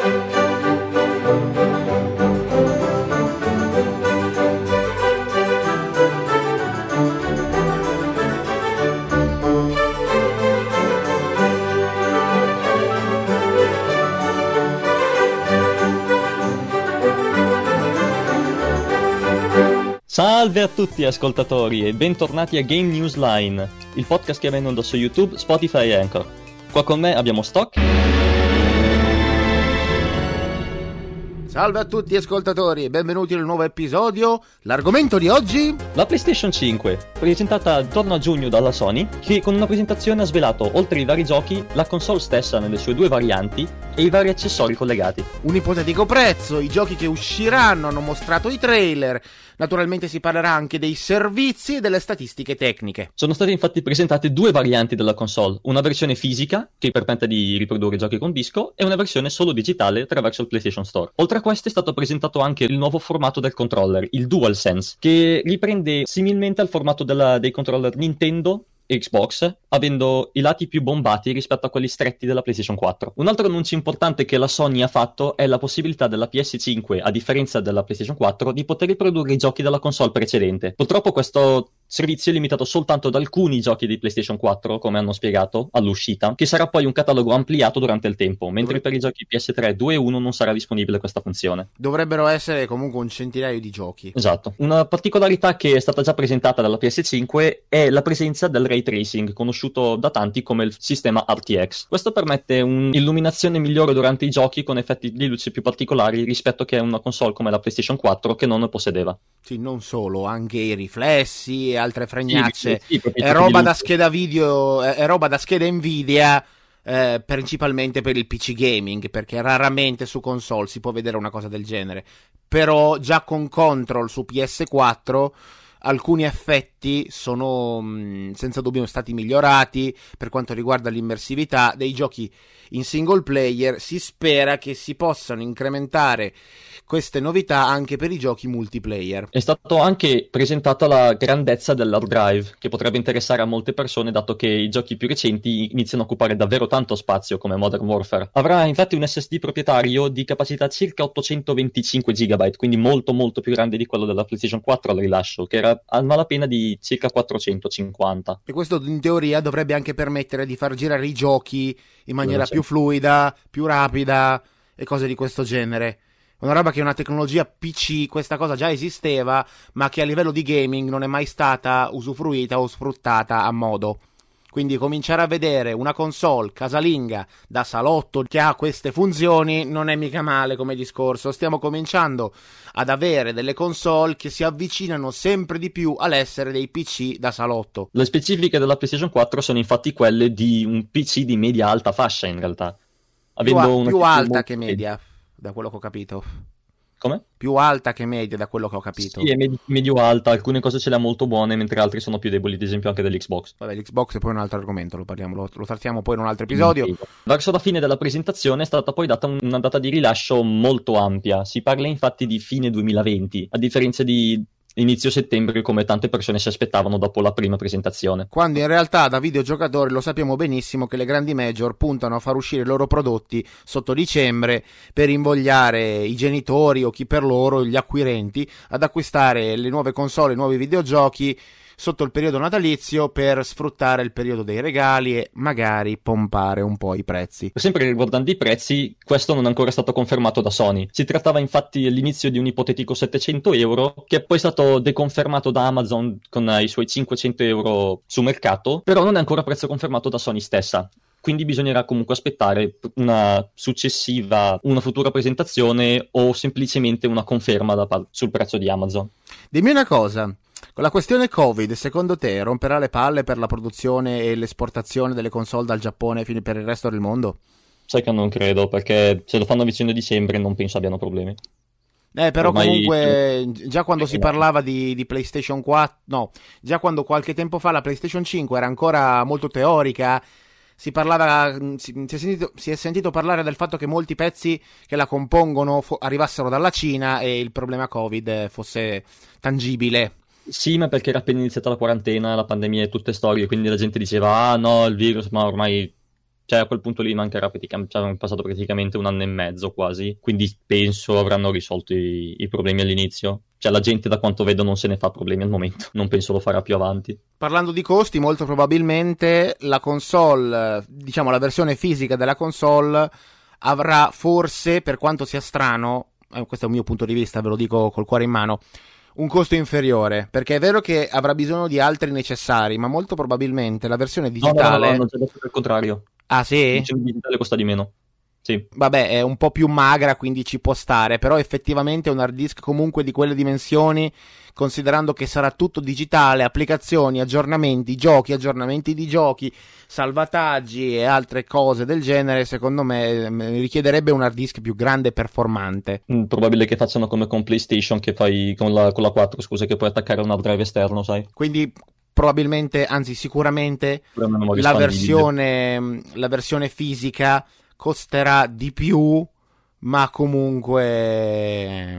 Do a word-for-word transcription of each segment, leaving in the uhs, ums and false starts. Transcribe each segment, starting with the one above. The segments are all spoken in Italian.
Salve a tutti ascoltatori e bentornati a Game News Line, il podcast che va in onda su YouTube, Spotify e Anchor. Qua con me abbiamo Stock. Salve a tutti ascoltatori e benvenuti nel nuovo episodio. L'argomento di oggi? La PlayStation cinque, presentata intorno a giugno dalla Sony, che con una presentazione ha svelato, oltre ai vari giochi, la console stessa nelle sue due varianti e i vari accessori collegati. Un ipotetico prezzo, i giochi che usciranno, hanno mostrato i trailer. Naturalmente si parlerà anche dei servizi e delle statistiche tecniche. Sono state infatti presentate due varianti della console, una versione fisica, che permette di riprodurre giochi con disco, e una versione solo digitale attraverso il PlayStation Store. Oltre a questo è stato presentato anche il nuovo formato del controller, il DualSense, che riprende similmente al formato della, dei controller Nintendo e Xbox, avendo i lati più bombati rispetto a quelli stretti della PlayStation quattro. Un altro annuncio importante che la Sony ha fatto è la possibilità della P S cinque, a differenza della PlayStation quattro, di poter riprodurre i giochi della console precedente. Purtroppo questo servizio è limitato soltanto ad alcuni giochi di PlayStation quattro, come hanno spiegato all'uscita, che sarà poi un catalogo ampliato durante il tempo, mentre per i giochi P S tre due e uno non sarà disponibile questa funzione. Dovrebbero essere comunque un centinaio di giochi. Esatto. Una particolarità che è stata già presentata dalla P S cinque è la presenza del ray tracing, conosciuto da tanti come il sistema R T X. Questo permette un'illuminazione migliore durante i giochi con effetti di luce più particolari rispetto che a una console come la PlayStation quattro che non ne possedeva. Sì, non solo, anche i riflessi e altre fregnacce. Sì, sì, è roba da scheda video, è roba da scheda Nvidia, eh, principalmente per il P C gaming, perché raramente su console si può vedere una cosa del genere. Però già con Control su P S quattro alcuni effetti sono mh, senza dubbio stati migliorati per quanto riguarda l'immersività dei giochi in single player. Si spera che si possano incrementare queste novità anche per i giochi multiplayer. È stato anche presentata la grandezza dell'hard drive, che potrebbe interessare a molte persone dato che i giochi più recenti iniziano a occupare davvero tanto spazio come Modern Warfare. Avrà infatti un S S D proprietario di capacità circa ottocentoventicinque giga, quindi molto molto più grande di quello della PlayStation quattro al rilascio, che era a malapena di circa quattrocentocinquanta. E questo in teoria dovrebbe anche permettere di far girare i giochi in maniera più fluida, più rapida e cose di questo genere. Una roba che è una tecnologia P C, questa cosa già esisteva, ma che a livello di gaming non è mai stata usufruita o sfruttata a modo. Quindi cominciare a vedere una console casalinga da salotto che ha queste funzioni non è mica male come discorso. Stiamo cominciando ad avere delle console che si avvicinano sempre di più all'essere dei P C da salotto. Le specifiche della PlayStation quattro sono infatti quelle di un P C di media-alta fascia in realtà. Avendo più, a- una più alta che media, da quello che ho capito. Come? Più alta che media, da quello che ho capito. Sì, è med- medio-alta, alcune cose ce le ha molto buone, mentre altre sono più deboli, ad esempio anche dell'Xbox. Vabbè, l'Xbox è poi un altro argomento, lo parliamo, lo, lo trattiamo poi in un altro episodio. Verso la fine della presentazione è stata poi data un- una data di rilascio molto ampia. Si parla infatti di fine duemilaventi, a differenza di inizio settembre come tante persone si aspettavano dopo la prima presentazione. Quando in realtà da videogiocatori lo sappiamo benissimo che le grandi major puntano a far uscire i loro prodotti sotto dicembre per invogliare i genitori o chi per loro, gli acquirenti, ad acquistare le nuove console, i nuovi videogiochi sotto il periodo natalizio per sfruttare il periodo dei regali e magari pompare un po' i prezzi. Sempre riguardando i prezzi, questo non è ancora stato confermato da Sony. Si trattava infatti all'inizio di un ipotetico settecento euro, che è poi stato deconfermato da Amazon con i suoi cinquecento euro su mercato, però non è ancora prezzo confermato da Sony stessa. Quindi bisognerà comunque aspettare una successiva, una futura presentazione o semplicemente una conferma da par- sul prezzo di Amazon. Dimmi una cosa. Con la questione Covid, secondo te romperà le palle per la produzione e l'esportazione delle console dal Giappone fino per il resto del mondo? Sai che non credo, perché se lo fanno vicino a dicembre non penso abbiano problemi. Eh, però Ormai... comunque già quando si parlava di, di PlayStation quattro, no, già quando qualche tempo fa la PlayStation cinque era ancora molto teorica, si parlava, si, si, è sentito, si è sentito parlare del fatto che molti pezzi che la compongono fo- arrivassero dalla Cina e il problema Covid fosse tangibile. Sì, ma perché era appena iniziata la quarantena, la pandemia e tutte storie, quindi la gente diceva, ah no, il virus, ma ormai Cioè a quel punto lì mancherà praticamente, cioè, è passato praticamente un anno e mezzo quasi, quindi penso avranno risolto i, i problemi all'inizio. Cioè la gente da quanto vedo non se ne fa problemi al momento, non penso lo farà più avanti. Parlando di costi, molto probabilmente la console, diciamo la versione fisica della console, avrà forse, per quanto sia strano, eh, questo è un mio punto di vista, ve lo dico col cuore in mano, un costo inferiore, perché è vero che avrà bisogno di altri necessari, ma molto probabilmente la versione digitale... No, no, no, no, c'è detto il contrario. Ah sì? La versione digitale costa di meno. Sì. Vabbè, è un po' più magra, quindi ci può stare, però effettivamente un hard disk comunque di quelle dimensioni, considerando che sarà tutto digitale, applicazioni, aggiornamenti, giochi, aggiornamenti di giochi, salvataggi e altre cose del genere, secondo me richiederebbe un hard disk più grande e performante. Mm, probabile che facciano come con PlayStation, che fai con la, con la quattro, scusa, che puoi attaccare un hard drive esterno, sai? Quindi probabilmente, anzi sicuramente, la versione, la versione fisica costerà di più, ma comunque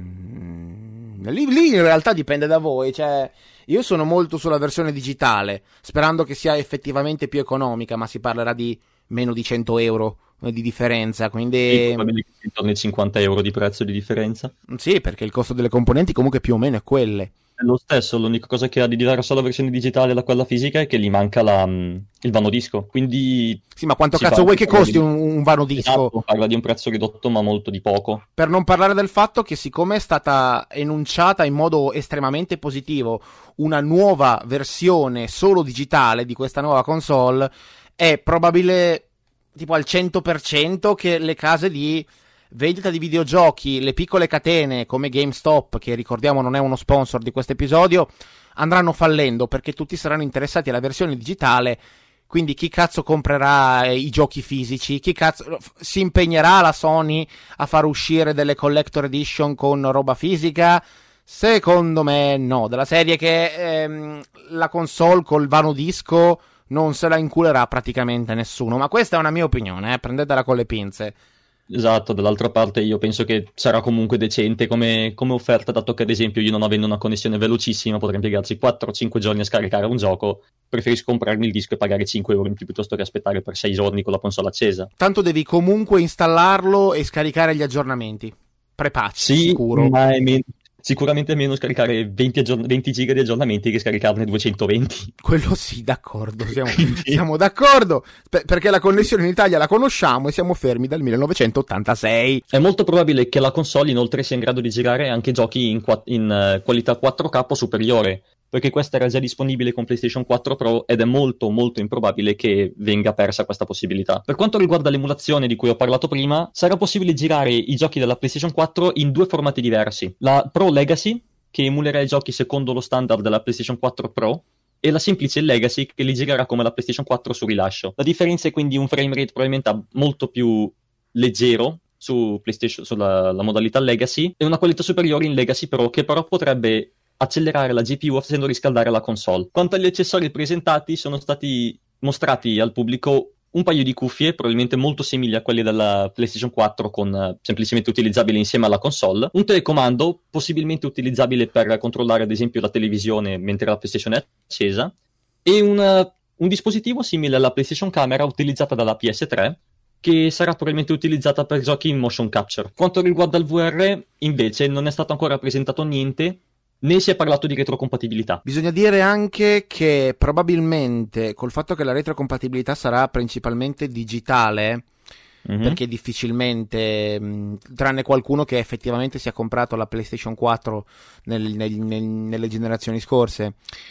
lì, lì in realtà dipende da voi. Cioè, io sono molto sulla versione digitale, sperando che sia effettivamente più economica, ma si parlerà di meno di cento euro di differenza, quindi probabilmente intorno ai cinquanta euro di prezzo di differenza. Sì, perché il costo delle componenti comunque più o meno è quelle. È lo stesso, l'unica cosa che ha di diverso la versione digitale da quella fisica è che gli manca la, il vano disco, quindi... Sì, ma quanto cazzo vuoi che costi di... un, un vano disco? Esatto, parla di un prezzo ridotto ma molto di poco. Per non parlare del fatto che siccome è stata enunciata in modo estremamente positivo una nuova versione solo digitale di questa nuova console, è probabile tipo al cento per cento che le case di vendita di videogiochi, le piccole catene come GameStop, che ricordiamo non è uno sponsor di questo episodio, andranno fallendo perché tutti saranno interessati alla versione digitale. Quindi chi cazzo comprerà i giochi fisici? Chi cazzo si impegnerà la Sony a far uscire delle collector edition con roba fisica? Secondo me no, della serie che ehm, la console col vano disco non se la inculerà praticamente nessuno, ma questa è una mia opinione, eh? Prendetela con le pinze. Esatto, dall'altra parte io penso che sarà comunque decente come, come offerta, dato che ad esempio io non avendo una connessione velocissima potrei impiegarci quattro cinque giorni a scaricare un gioco, preferisco comprarmi il disco e pagare cinque euro in più piuttosto che aspettare per sei giorni con la console accesa. Tanto devi comunque installarlo e scaricare gli aggiornamenti, pre-patch, sì, sicuro. Ma è meno... Sicuramente è meno scaricare venti, aggiorn- venti giga di aggiornamenti che scaricarne duecentoventi. Quello sì, d'accordo, siamo, siamo d'accordo, per- perché la connessione in Italia la conosciamo e siamo fermi dal millenovecentottantasei. È molto probabile che la console inoltre sia in grado di girare anche giochi in, qua- in uh, qualità quattro K o superiore, perché questa era già disponibile con PlayStation quattro Pro ed è molto molto improbabile che venga persa questa possibilità. Per quanto riguarda l'emulazione di cui ho parlato prima, sarà possibile girare i giochi della PlayStation quattro in due formati diversi. La Pro Legacy, che emulerà i giochi secondo lo standard della PlayStation quattro Pro, e la semplice Legacy, che li girerà come la PlayStation quattro su rilascio. La differenza è quindi un frame rate probabilmente molto più leggero su PlayStation, sulla la modalità Legacy, e una qualità superiore in Legacy Pro, che però potrebbe accelerare la G P U facendo riscaldare la console. Quanto agli accessori presentati, sono stati mostrati al pubblico un paio di cuffie, probabilmente molto simili a quelli della PlayStation quattro, con uh, semplicemente utilizzabili insieme alla console, un telecomando possibilmente utilizzabile per controllare ad esempio la televisione mentre la PlayStation è accesa, e un, uh, un dispositivo simile alla PlayStation Camera utilizzata dalla P S tre, che sarà probabilmente utilizzata per giochi in motion capture. Quanto riguarda il V R, invece, non è stato ancora presentato niente, né si è parlato di retrocompatibilità. Bisogna dire anche che probabilmente col fatto che la retrocompatibilità sarà principalmente digitale, mm-hmm. perché difficilmente, mh, tranne qualcuno che effettivamente si è comprato la PlayStation quattro nel, nel, nel, nelle generazioni scorse,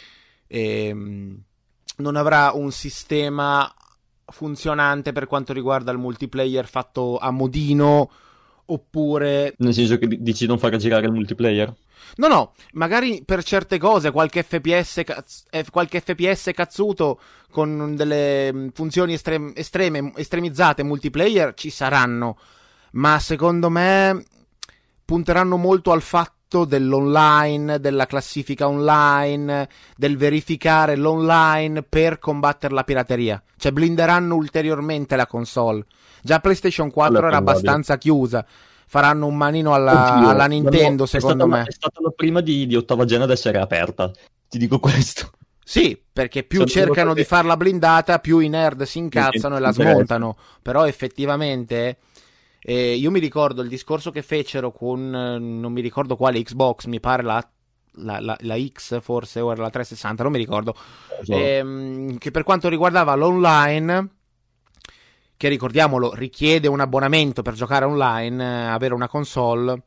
e, mh, non avrà un sistema funzionante per quanto riguarda il multiplayer fatto a modino, oppure... Nel senso che dici non far girare il multiplayer? No, no, magari per certe cose qualche F P S, caz- qualche F P S cazzuto con delle funzioni estrem- estreme, estremizzate multiplayer ci saranno, ma secondo me punteranno molto al fatto dell'online, della classifica online, del verificare l'online per combattere la pirateria. Cioè blinderanno ulteriormente la console. Già PlayStation quattro allora, era abbastanza chiusa. Faranno un manino alla, Oddio, alla Nintendo, no, secondo è me. La, è stata la prima di, di ottava gen ad essere aperta, ti dico questo. Sì, perché più Sono cercano che... di farla blindata, più i nerd si incazzano e la smontano. Però effettivamente, eh, io mi ricordo il discorso che fecero con, eh, non mi ricordo quale Xbox, mi pare la, la, la, la X forse, o era la trecentosessanta, non mi ricordo, ehm, che per quanto riguardava l'online, che ricordiamolo richiede un abbonamento per giocare online, eh, avere una console...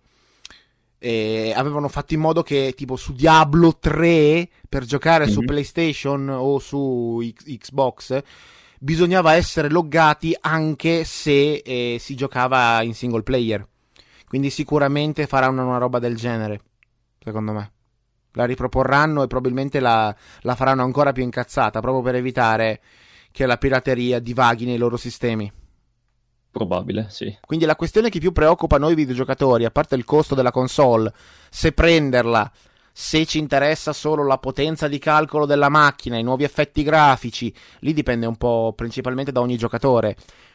E avevano fatto in modo che tipo su Diablo tre per giocare mm-hmm. su PlayStation o su X- Xbox bisognava essere loggati anche se eh, si giocava in single player, quindi sicuramente faranno una roba del genere, secondo me la riproporranno e probabilmente la, la faranno ancora più incazzata proprio per evitare che la pirateria divaghi nei loro sistemi. Probabile, sì. Quindi la questione che più preoccupa noi videogiocatori, a parte il costo della console, se prenderla, se ci interessa solo la potenza di calcolo della macchina, i nuovi effetti grafici, lì dipende un po' principalmente da ogni giocatore.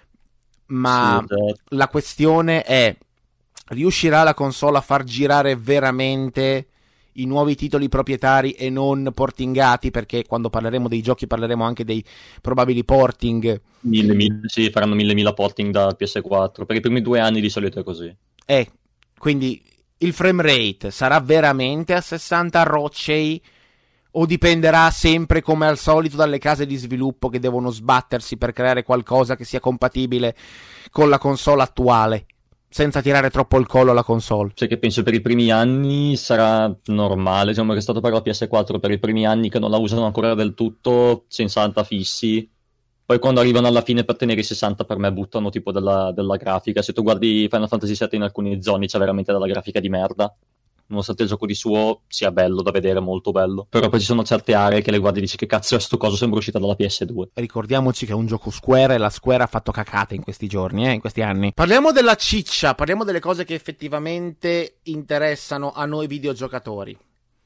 Ma sì, esatto. La questione è, riuscirà la console a far girare veramente i nuovi titoli proprietari e non portingati? Perché quando parleremo dei giochi parleremo anche dei probabili porting. Mille, mille, sì, faranno mille mila porting da P S quattro. Per i primi due anni di solito è così. Eh, quindi il frame rate sarà veramente a sessanta rocce o dipenderà sempre come al solito dalle case di sviluppo che devono sbattersi per creare qualcosa che sia compatibile con la console attuale, senza tirare troppo il collo alla console? Cioè che penso per i primi anni sarà normale, diciamo che è stato per la P S quattro per i primi anni che non la usano ancora del tutto, sessanta fissi. Poi quando arrivano alla fine per tenere i sessanta per me buttano tipo della, della grafica. Se tu guardi Final Fantasy sette in alcune zone c'è veramente della grafica di merda, nonostante il gioco di suo sia bello da vedere, molto bello. Però poi ci sono certe aree che le guardi e dici che cazzo è sto coso, sembra uscita dalla P S due. Ricordiamoci che è un gioco Square e la Square ha fatto cacate in questi giorni, eh, in questi anni. Parliamo della ciccia, parliamo delle cose che effettivamente interessano a noi videogiocatori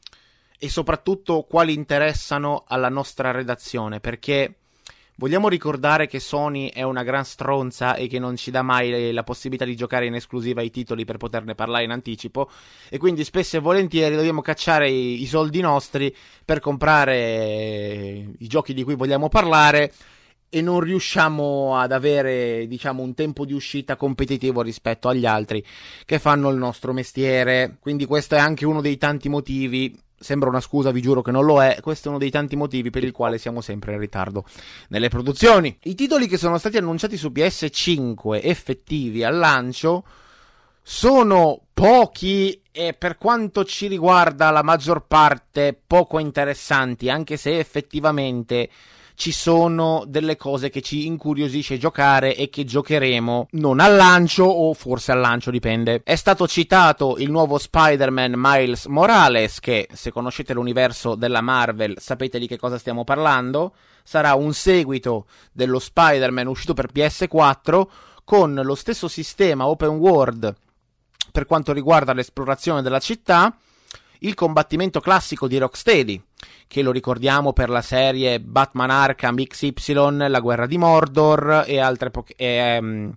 e soprattutto quali interessano alla nostra redazione, perché vogliamo ricordare che Sony è una gran stronza e che non ci dà mai la possibilità di giocare in esclusiva i titoli per poterne parlare in anticipo, e quindi spesso e volentieri dobbiamo cacciare i, i soldi nostri per comprare i giochi di cui vogliamo parlare e non riusciamo ad avere, diciamo, un tempo di uscita competitivo rispetto agli altri che fanno il nostro mestiere. Quindi questo è anche uno dei tanti motivi. Sembra una scusa, vi giuro che non lo è. Questo è uno dei tanti motivi per il quale siamo sempre in ritardo nelle produzioni. I titoli che sono stati annunciati su P S cinque effettivi al lancio sono pochi e, per quanto ci riguarda, la maggior parte poco interessanti, anche se effettivamente ci sono delle cose che ci incuriosisce giocare e che giocheremo non al lancio o forse al lancio, dipende. È stato citato il nuovo Spider-Man Miles Morales, che se conoscete l'universo della Marvel sapete di che cosa stiamo parlando. Sarà un seguito dello Spider-Man uscito per P S quattro con lo stesso sistema open world per quanto riguarda l'esplorazione della città, il combattimento classico di Rocksteady, che lo ricordiamo per la serie Batman Arkham X Y, La guerra di Mordor e altre po- e, um,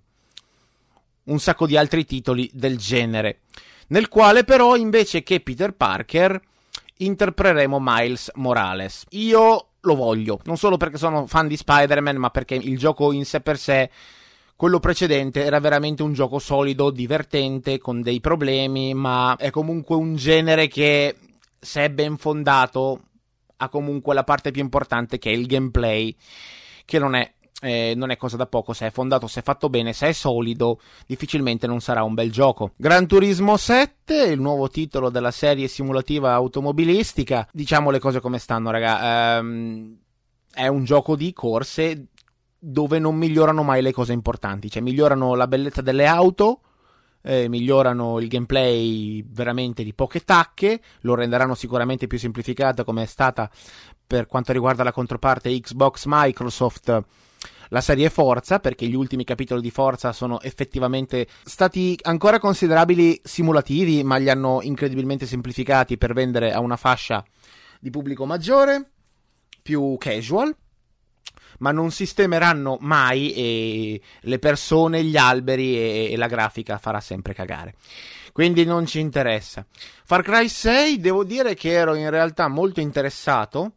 un sacco di altri titoli del genere, nel quale però invece che Peter Parker interpreteremo Miles Morales. Io lo voglio, non solo perché sono fan di Spider-Man, ma perché il gioco in sé per sé, quello precedente, era veramente un gioco solido, divertente, con dei problemi, ma è comunque un genere che, se è ben fondato, ha comunque la parte più importante, che è il gameplay, che non è, eh, non è cosa da poco. Se è fondato, se è fatto bene, se è solido, difficilmente non sarà un bel gioco. Gran Turismo sette, il nuovo titolo della serie simulativa automobilistica. Diciamo le cose come stanno, raga. Ehm, è un gioco di corse dove non migliorano mai le cose importanti, cioè migliorano la bellezza delle auto, eh, migliorano il gameplay veramente di poche tacche, lo renderanno sicuramente più semplificato, come è stata per quanto riguarda la controparte Xbox Microsoft la serie Forza, perché gli ultimi capitoli di Forza sono effettivamente stati ancora considerabili simulativi, ma li hanno incredibilmente semplificati per vendere a una fascia di pubblico maggiore, più casual. Ma non sistemeranno mai e le persone, gli alberi e, e la grafica farà sempre cagare. Quindi non ci interessa. Far Cry sei, devo dire che ero in realtà molto interessato,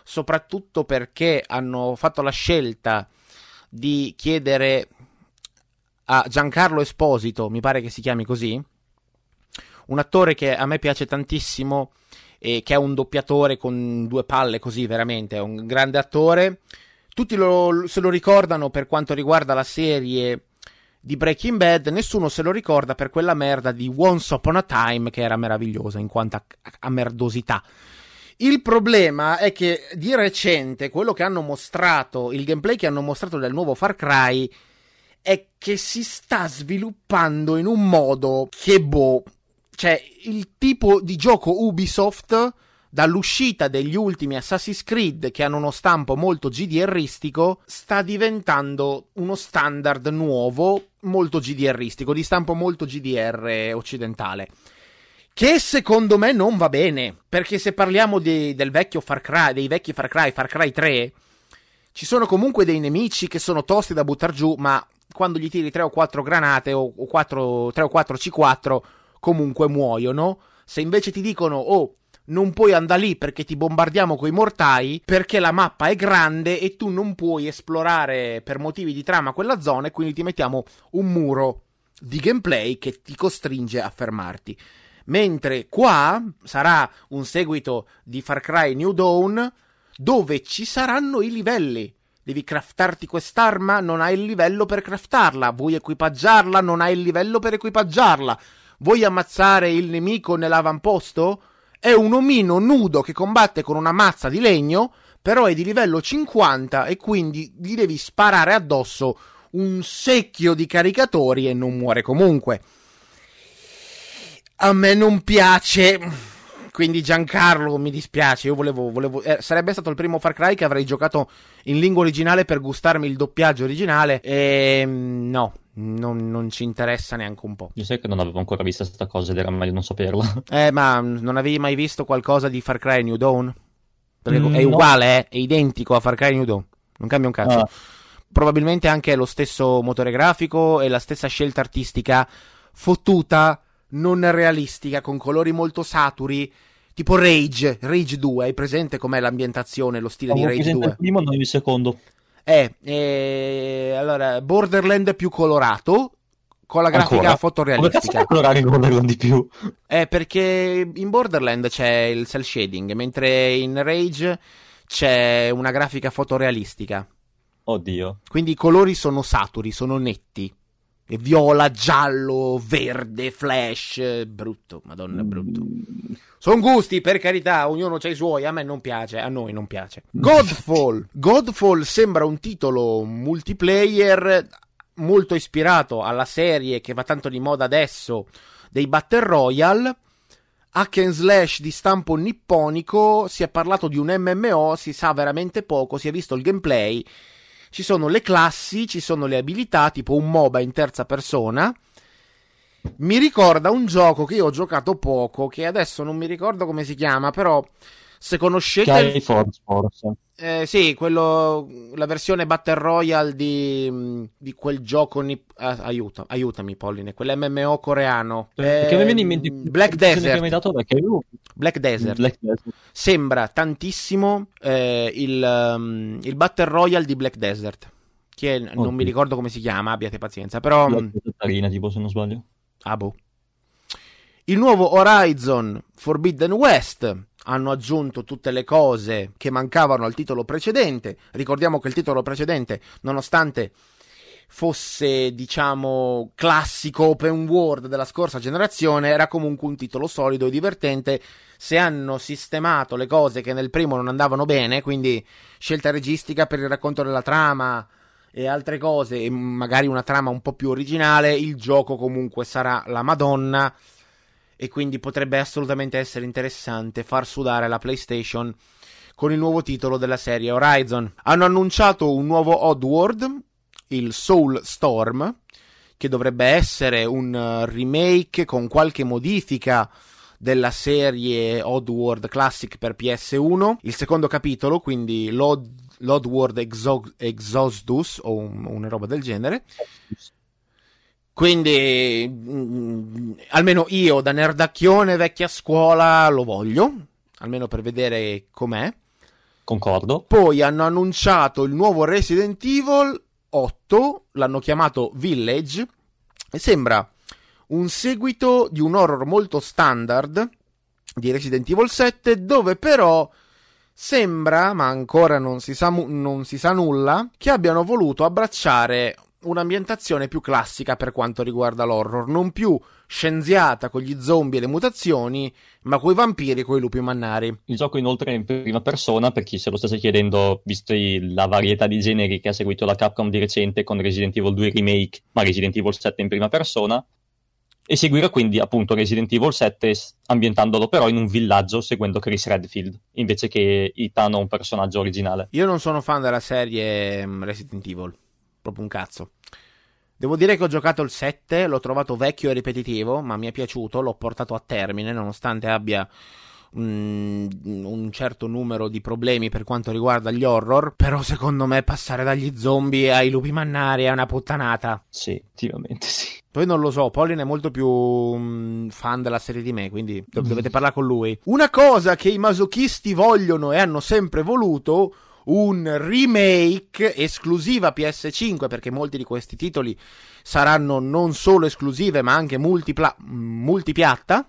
soprattutto perché hanno fatto la scelta di chiedere a Giancarlo Esposito, mi pare che si chiami così, un attore che a me piace tantissimo e che è un doppiatore con due palle così, veramente, è un grande attore. Tutti lo, se lo ricordano per quanto riguarda la serie di Breaking Bad, nessuno se lo ricorda per quella merda di Once Upon a Time, che era meravigliosa in quanto a, a merdosità. Il problema è che di recente quello che hanno mostrato, il gameplay che hanno mostrato del nuovo Far Cry, è che si sta sviluppando in un modo che boh, cioè il tipo di gioco Ubisoft dall'uscita degli ultimi Assassin's Creed, che hanno uno stampo molto G D R-istico, sta diventando uno standard nuovo molto G D R-istico, di stampo molto G D R occidentale, che secondo me non va bene, perché se parliamo di, del vecchio Far Cry, dei vecchi Far Cry, Far Cry tre, ci sono comunque dei nemici che sono tosti da buttar giù, ma quando gli tiri tre o quattro granate o, o quattro, tre o quattro C quattro comunque muoiono. Se invece ti dicono oh, non puoi andare lì perché ti bombardiamo coi mortai, perché la mappa è grande e tu non puoi esplorare per motivi di trama quella zona, e quindi ti mettiamo un muro di gameplay che ti costringe a fermarti. Mentre qua sarà un seguito di Far Cry New Dawn, dove ci saranno i livelli. Devi craftarti quest'arma, non hai il livello per craftarla. Vuoi equipaggiarla, non hai il livello per equipaggiarla. Vuoi ammazzare il nemico nell'avamposto? È un omino nudo che combatte con una mazza di legno, però è di livello cinquanta e quindi gli devi sparare addosso un secchio di caricatori e non muore comunque. A me non piace. Quindi Giancarlo, mi dispiace, io volevo, volevo eh, sarebbe stato il primo Far Cry che avrei giocato in lingua originale per gustarmi il doppiaggio originale, e no, non, non ci interessa neanche un po'. Io sai che non avevo ancora visto questa cosa ed era meglio non saperla. Eh, ma non avevi mai visto qualcosa di Far Cry New Dawn? Perché Mm, è no. uguale, eh? È identico a Far Cry New Dawn, non cambia un cazzo. Ah. Probabilmente anche lo stesso motore grafico e la stessa scelta artistica fottuta, non realistica, con colori molto saturi, tipo Rage, Rage due, hai presente com'è l'ambientazione, lo stile Avevo di Rage presente due? il primo, non il secondo. Eh, eh, allora, Borderland più colorato, con la grafica Ancora? Come cazzo fotorealistica. fai a colorare Borderland di più? Eh, perché in Borderland c'è il cel shading, mentre in Rage c'è una grafica fotorealistica. Oddio. Quindi i colori sono saturi, sono netti. E viola, giallo, verde, flash, brutto, madonna, brutto. Sono gusti, per carità, ognuno c'ha i suoi, a me non piace, a noi non piace. Godfall. Godfall sembra un titolo multiplayer molto ispirato alla serie che va tanto di moda adesso dei Battle Royale, hack and slash di stampo nipponico. Si è parlato di un M M O, si sa veramente poco, si è visto il gameplay. Ci sono le classi, ci sono le abilità, tipo un MOBA in terza persona. Mi ricorda un gioco che io ho giocato poco, che adesso non mi ricordo come si chiama, però se conoscete... Sky Force, forse. Eh, sì, quello, la versione Battle Royale di, di quel gioco... Nip... Ah, aiuto, aiutami Polline, quell'M M O coreano. Eh, Eh, che mi viene in mente Black che mi Desert. hai dato perché io... Black Desert. Black Desert. Sembra tantissimo eh, il, um, il Battle Royale di Black Desert, che non Oddio. mi ricordo come si chiama, abbiate pazienza, però... Black Desert, tipo, se non sbaglio. Ah, boh. Il nuovo Horizon Forbidden West. Hanno aggiunto tutte le cose che mancavano al titolo precedente. Ricordiamo che il titolo precedente, nonostante fosse, diciamo, classico open world della scorsa generazione, era comunque un titolo solido e divertente. Se hanno sistemato le cose che nel primo non andavano bene, quindi scelta registica per il racconto della trama e altre cose, e magari una trama un po' più originale, il gioco comunque sarà la Madonna, e quindi potrebbe assolutamente essere interessante far sudare la PlayStation con il nuovo titolo della serie Horizon. Hanno annunciato un nuovo Oddworld, il Soul Storm, che dovrebbe essere un remake con qualche modifica della serie Oddworld Classic per P S uno. Il secondo capitolo, quindi l'Odd, l'Oddworld Exo- Exodus o un, una roba del genere. Quindi mh, almeno io da nerdacchione vecchia scuola lo voglio, almeno per vedere com'è. Concordo. Poi hanno annunciato il nuovo Resident Evil otto, l'hanno chiamato Village, e sembra un seguito di un horror molto standard di Resident Evil sette, dove però sembra, ma ancora non si sa, non si sa nulla, che abbiano voluto abbracciare un'ambientazione più classica per quanto riguarda l'horror, non più scienziata con gli zombie e le mutazioni, ma coi vampiri e coi lupi mannari. Il gioco inoltre è in prima persona, per chi se lo stesse chiedendo, visto la varietà di generi che ha seguito la Capcom di recente con Resident Evil due Remake, ma Resident Evil sette in prima persona, e seguirà quindi appunto Resident Evil sette ambientandolo però in un villaggio seguendo Chris Redfield, invece che Ethan, un personaggio originale. Io non sono fan della serie Resident Evil, proprio un cazzo. Devo dire che ho giocato il sette, l'ho trovato vecchio e ripetitivo, ma mi è piaciuto, l'ho portato a termine, nonostante abbia un, un certo numero di problemi per quanto riguarda gli horror, però secondo me passare dagli zombie ai lupi mannari è una puttanata. Sì, effettivamente sì. Poi non lo so, Pauline è molto più um, fan della serie di me, quindi dov- dovete parlare con lui. Una cosa che i masochisti vogliono e hanno sempre voluto, un remake esclusiva P S cinque, perché molti di questi titoli saranno non solo esclusive ma anche multipla- multipiatta.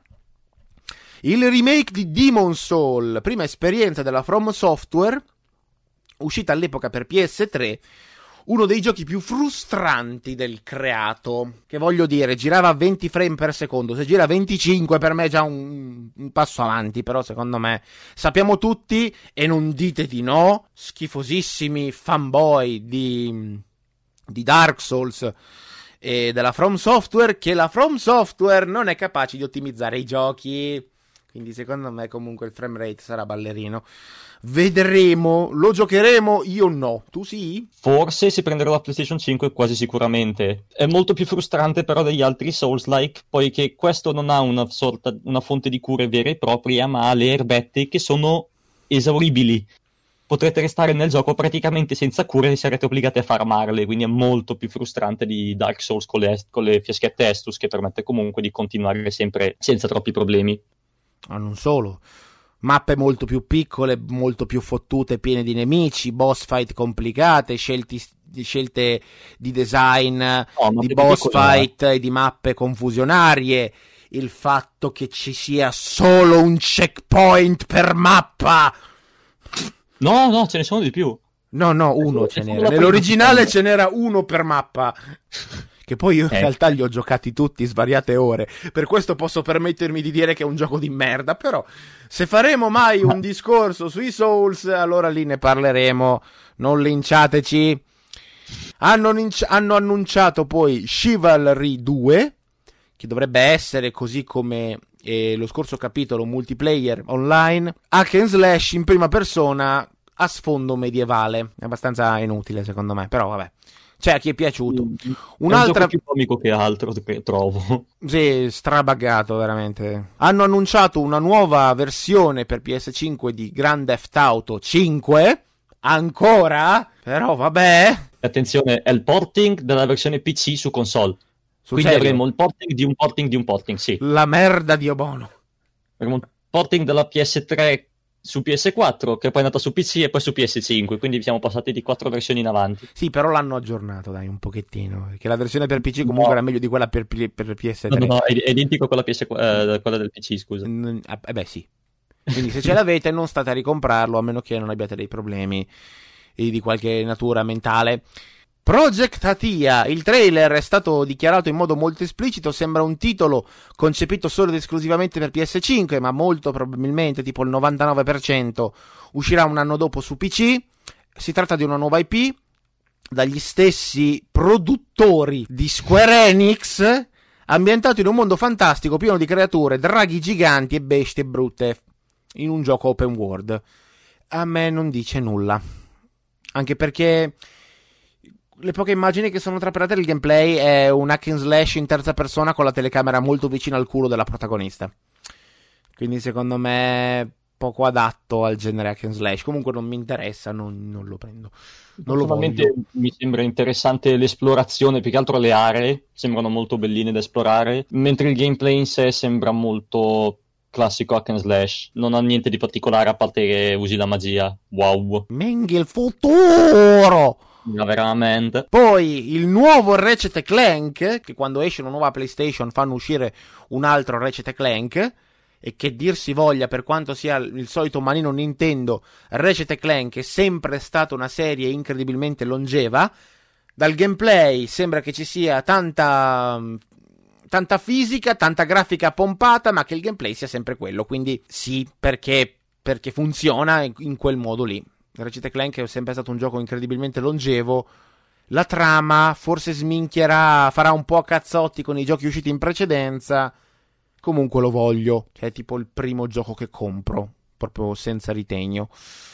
Il remake di Demon's Souls, prima esperienza della From Software, uscita all'epoca per P S tre, uno dei giochi più frustranti del creato, che voglio dire, girava a venti frame per secondo, se gira a venticinque per me è già un, un passo avanti, però secondo me sappiamo tutti, e non dite di no, schifosissimi fanboy di, di Dark Souls e della From Software, che la From Software non è capace di ottimizzare i giochi. Quindi secondo me comunque il frame rate sarà ballerino. Vedremo, lo giocheremo, io no. Tu sì? Forse si prenderò la PlayStation cinque, quasi sicuramente. È molto più frustrante però degli altri Souls-like, poiché questo non ha una sorta, una fonte di cure vera e propria, ma ha le erbette che sono esauribili. Potrete restare nel gioco praticamente senza cure e sarete obbligati a farmarle, quindi è molto più frustrante di Dark Souls con le, con le fiaschette Estus, che permette comunque di continuare sempre senza troppi problemi. Ma non solo, mappe molto più piccole, molto più fottute, piene di nemici, boss fight complicate, scelti, scelte di design, no, di boss fight e di mappe confusionarie, il fatto che ci sia solo un checkpoint per mappa. No, no, ce ne sono di più. No, no, uno ce n'era. Nell'originale ce n'era uno per mappa. Che poi io in eh. realtà li ho giocati tutti svariate ore, per questo posso permettermi di dire che è un gioco di merda, però se faremo mai un discorso sui Souls, allora lì ne parleremo, non linciateci. Hanno, ninci- hanno annunciato poi Chivalry due, che dovrebbe essere, così come eh, lo scorso capitolo, multiplayer online, hack and slash in prima persona a sfondo medievale. È abbastanza inutile secondo me, però vabbè. Cioè, a chi è piaciuto. Un'altra... È un gioco più comico che altro, trovo. Sì, strabaggato, veramente. Hanno annunciato una nuova versione per P S cinque di Grand Theft Auto cinque. Ancora? Però vabbè. Attenzione, è il porting della versione P C su console. Sul Quindi serio? Avremo il porting di un porting di un porting, sì. La merda di Obono. Avremo il porting della P S tre su P S quattro, che poi è andata su P C e poi su P S cinque, quindi siamo passati di quattro versioni in avanti. Sì, però l'hanno aggiornato, dai, un pochettino, perché la versione per P C comunque no. era meglio di quella per, per P S tre. No, no, è, è identico a quella, P S, eh, quella del P C, scusa. Mm, eh beh, sì. Quindi se ce l'avete non state a ricomprarlo, a meno che non abbiate dei problemi di qualche natura mentale. Project Atia, il trailer è stato dichiarato in modo molto esplicito, sembra un titolo concepito solo ed esclusivamente per P S cinque, ma molto probabilmente, tipo il novantanove per cento, uscirà un anno dopo su P C. Si tratta di una nuova I P dagli stessi produttori di Square Enix, ambientato in un mondo fantastico pieno di creature, draghi giganti e bestie brutte, in un gioco open world. A me non dice nulla, anche perché le poche immagini che sono trapelate del gameplay è un hack and slash in terza persona con la telecamera molto vicina al culo della protagonista. Quindi secondo me poco adatto al genere hack and slash. Comunque non mi interessa, non, non lo prendo. Non lo voglio. Mi sembra interessante l'esplorazione, più che altro le aree sembrano molto belline da esplorare, mentre il gameplay in sé sembra molto classico hack and slash, non ha niente di particolare a parte che usi la magia. Wow. Menghi il futuro! Ma veramente. Poi il nuovo Ratchet and Clank, che quando esce una nuova PlayStation fanno uscire un altro Ratchet and Clank, e che dir si voglia, per quanto sia il solito manino Nintendo, Ratchet and Clank è sempre stata una serie incredibilmente longeva. Dal gameplay sembra che ci sia tanta tanta fisica, tanta grafica pompata, ma che il gameplay sia sempre quello, quindi sì, perché, perché funziona in quel modo lì. Ratchet and Clank è sempre stato un gioco incredibilmente longevo. La trama forse sminchierà, farà un po' a cazzotti con i giochi usciti in precedenza. Comunque lo voglio, che è tipo il primo gioco che compro, proprio senza ritegno.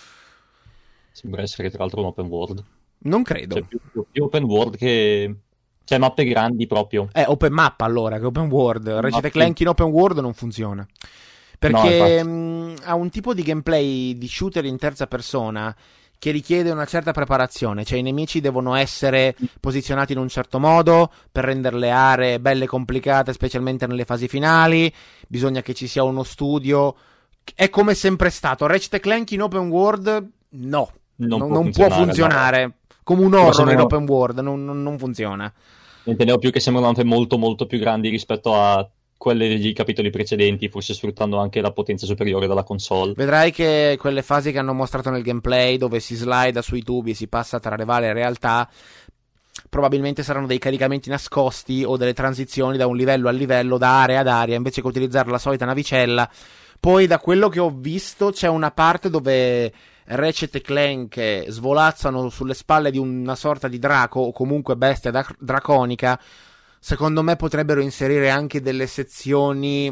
Sembra essere tra l'altro un open world. Non credo. Cioè, più, più open world che... Cioè, mappe grandi proprio. Eh, open map allora, che open world. Ratchet and Clank in open world non funziona. Perché no, mh, ha un tipo di gameplay di shooter in terza persona che richiede una certa preparazione, cioè i nemici devono essere posizionati in un certo modo per rendere le aree belle complicate, specialmente nelle fasi finali, bisogna che ci sia uno studio, è come sempre stato. Ratchet and Clank in open world no, non, non, può, non funzionare, può funzionare, no. Come un horror sembrano... in open world, non, non, non funziona. Intendevo più che sembrano anche molto molto più grandi rispetto a quelle degli capitoli precedenti, forse sfruttando anche la potenza superiore della console. Vedrai che quelle fasi che hanno mostrato nel gameplay, dove si slida sui tubi e si passa tra le varie realtà, probabilmente saranno dei caricamenti nascosti o delle transizioni da un livello a livello, da area ad area, invece che utilizzare la solita navicella. Poi da quello che ho visto c'è una parte dove Ratchet e Clank svolazzano sulle spalle di una sorta di draco o comunque bestia da- draconica. Secondo me potrebbero inserire anche delle sezioni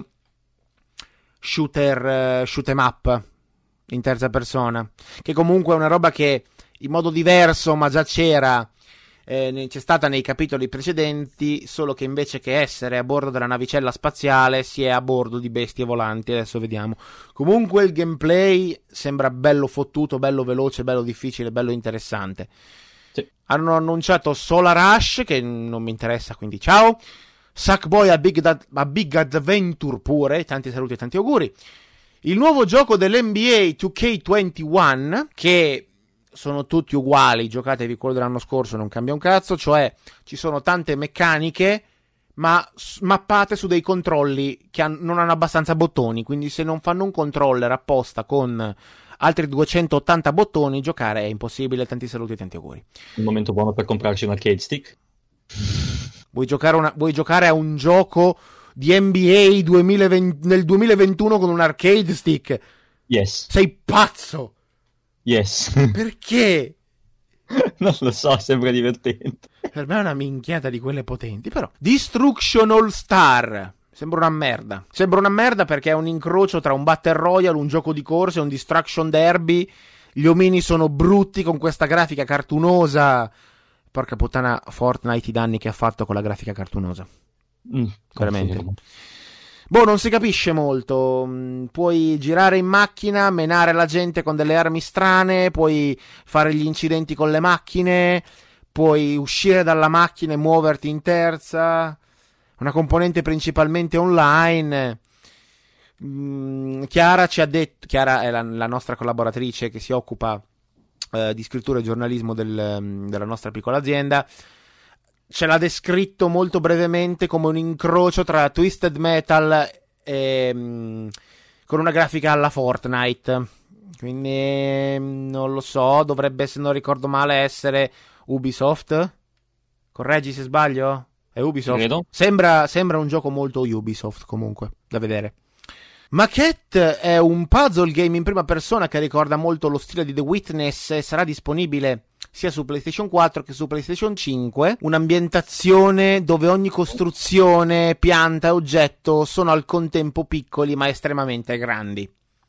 shooter, uh, shoot 'em up in terza persona, che comunque è una roba che in modo diverso ma già c'era, eh, c'è stata nei capitoli precedenti, solo che invece che essere a bordo della navicella spaziale si è a bordo di bestie volanti. Adesso vediamo. Comunque il gameplay sembra bello fottuto, bello veloce, bello difficile, bello interessante. Sì. Hanno annunciato Solar Rush, che non mi interessa, quindi ciao. Sackboy a Big, da- a Big Adventure pure, tanti saluti e tanti auguri. Il nuovo gioco dell'N B A due K ventuno, che sono tutti uguali, giocatevi quello dell'anno scorso, non cambia un cazzo, cioè ci sono tante meccaniche ma mappate su dei controlli che han- non hanno abbastanza bottoni, quindi se non fanno un controller apposta con altri duecentottanta bottoni, giocare è impossibile. Tanti saluti e tanti auguri. Il momento buono per comprarci un arcade stick. Vuoi giocare, una, vuoi giocare a un gioco di N B A duemilaventi, nel duemilaventuno con un arcade stick? Yes. Sei pazzo! Yes. Perché? Non lo so, sembra divertente. Per me è una minchiata di quelle potenti, però. Destruction All Star. Sembra una merda. Sembra una merda perché è un incrocio tra un Battle Royale, un gioco di corse e un Destruction Derby. Gli omini sono brutti con questa grafica cartunosa. Porca puttana, Fortnite i danni che ha fatto con la grafica cartunosa. Mm, veramente. Confermo. Boh, non si capisce molto. Puoi girare in macchina, menare la gente con delle armi strane, puoi fare gli incidenti con le macchine, puoi uscire dalla macchina e muoverti in terza. Una componente principalmente online. Mm, Chiara ci ha detto, Chiara è la, la nostra collaboratrice che si occupa eh, di scrittura e giornalismo del, della nostra piccola azienda. Ce l'ha descritto molto brevemente come un incrocio tra Twisted Metal e mm, con una grafica alla Fortnite. Quindi non lo so, dovrebbe, se non ricordo male, essere Ubisoft. Correggi se sbaglio? È Ubisoft? Credo. Sembra, sembra un gioco molto Ubisoft comunque, da vedere. Maquette è un puzzle game in prima persona che ricorda molto lo stile di The Witness e sarà disponibile sia su PlayStation quattro che su PlayStation cinque. Un'ambientazione dove ogni costruzione, pianta e oggetto sono al contempo piccoli ma estremamente grandi.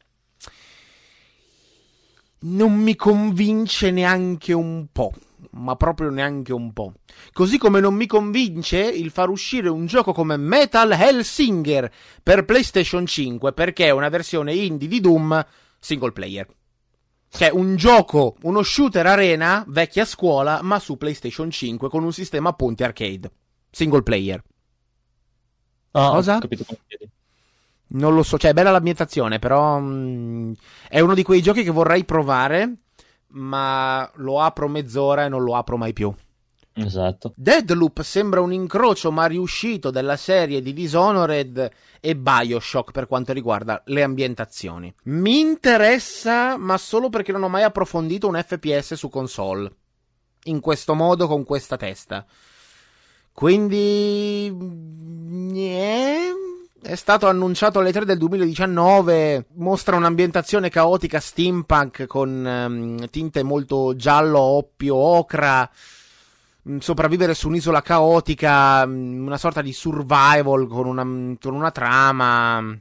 Non mi convince neanche un po'. Ma proprio neanche un po'. Così come non mi convince il far uscire un gioco come Metal Hellsinger per PlayStation cinque, perché è una versione indie di Doom single player. Che è un gioco, uno shooter arena vecchia scuola, ma su PlayStation cinque con un sistema a punti arcade. Single player. Ah, Cosa? Ho capito come chiedi. Non lo so, cioè è bella l'ambientazione, però mh, è uno di quei giochi che vorrei provare, ma lo apro mezz'ora e non lo apro mai più. Esatto. Deadloop sembra un incrocio ma riuscito della serie di Dishonored e BioShock per quanto riguarda le ambientazioni. Mi interessa, ma solo perché non ho mai approfondito un F P S su console. In questo modo, con questa testa. Quindi... Yeah. È stato annunciato alle tre del duemiladiciannove, mostra un'ambientazione caotica steampunk con um, tinte molto giallo, oppio, ocra, sopravvivere su un'isola caotica, una sorta di survival con una, con una trama.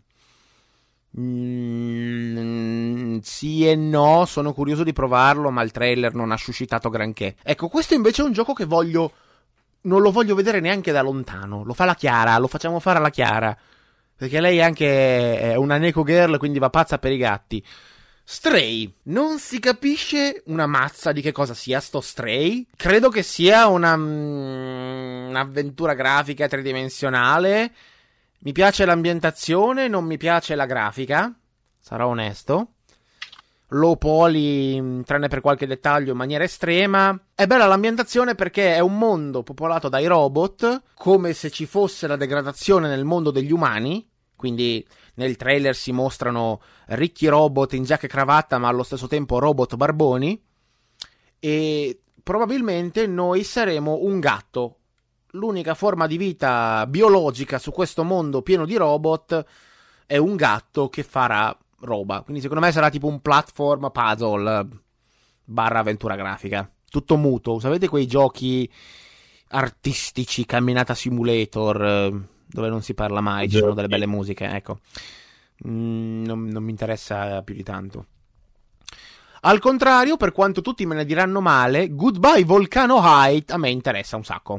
Mm, sì e no, sono curioso di provarlo, ma il trailer non ha suscitato granché. Ecco, questo invece è un gioco che voglio... non lo voglio vedere neanche da lontano. Lo fa la Chiara, lo facciamo fare alla Chiara. Perché lei anche è una Neko Girl, quindi va pazza per i gatti. Stray. Non si capisce una mazza di che cosa sia sto Stray. Credo che sia una... Mm, un'avventura grafica tridimensionale. Mi piace l'ambientazione, non mi piace la grafica. Sarò onesto. Low poly, tranne per qualche dettaglio, in maniera estrema. È bella l'ambientazione perché è un mondo popolato dai robot, come se ci fosse la degradazione nel mondo degli umani. Quindi nel trailer si mostrano ricchi robot in giacca e cravatta, ma allo stesso tempo robot barboni. E probabilmente noi saremo un gatto. L'unica forma di vita biologica su questo mondo pieno di robot è un gatto che farà roba. Quindi secondo me sarà tipo un platform puzzle barra avventura grafica. Tutto muto. Sapete quei giochi artistici, camminata simulator, dove non si parla mai, ci sono delle belle musiche, ecco. Mm, non, non mi interessa più di tanto. Al contrario, per quanto tutti me ne diranno male, Goodbye Volcano Heights a me interessa un sacco.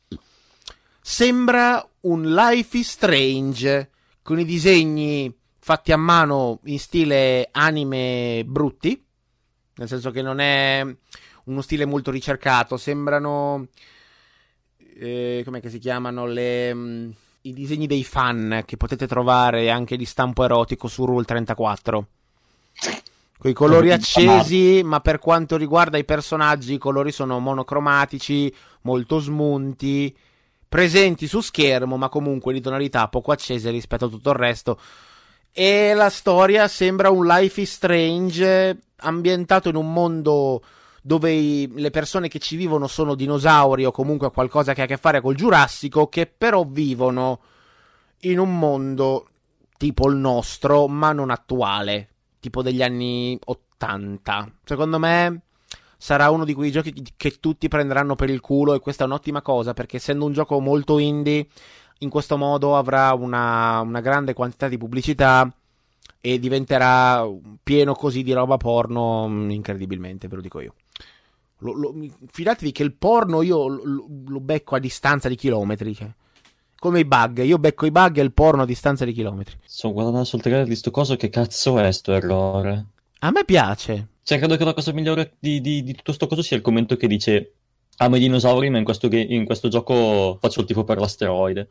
Sembra un Life is Strange con i disegni fatti a mano in stile anime brutti, nel senso che non è uno stile molto ricercato, sembrano eh, com'è che si chiamano le mh, i disegni dei fan che potete trovare anche di stampo erotico su Rule trentaquattro. Quei colori accesi, ma per quanto riguarda i personaggi i colori sono monocromatici, molto smunti, presenti su schermo, ma comunque di tonalità poco accese rispetto a tutto il resto. E la storia sembra un Life is Strange ambientato in un mondo dove i, le persone che ci vivono sono dinosauri o comunque qualcosa che ha a che fare col Giurassico, che però vivono in un mondo tipo il nostro, ma non attuale, tipo degli anni ottanta. Secondo me sarà uno di quei giochi che tutti prenderanno per il culo, e questa è un'ottima cosa, perché essendo un gioco molto indie, in questo modo avrà una, una grande quantità di pubblicità e diventerà pieno così di roba porno incredibilmente, ve lo dico io. Lo, lo, fidatevi che il porno io lo, lo becco a distanza di chilometri, cioè. Come i bug, io becco i bug e il porno a distanza di chilometri. Sto guardando sul trailer di sto coso, che cazzo è sto errore? A me piace. Cioè, credo che la cosa migliore di, di, di tutto sto coso sia il commento che dice: amo i dinosauri, ma in questo, in questo gioco faccio il tifo per l'asteroide.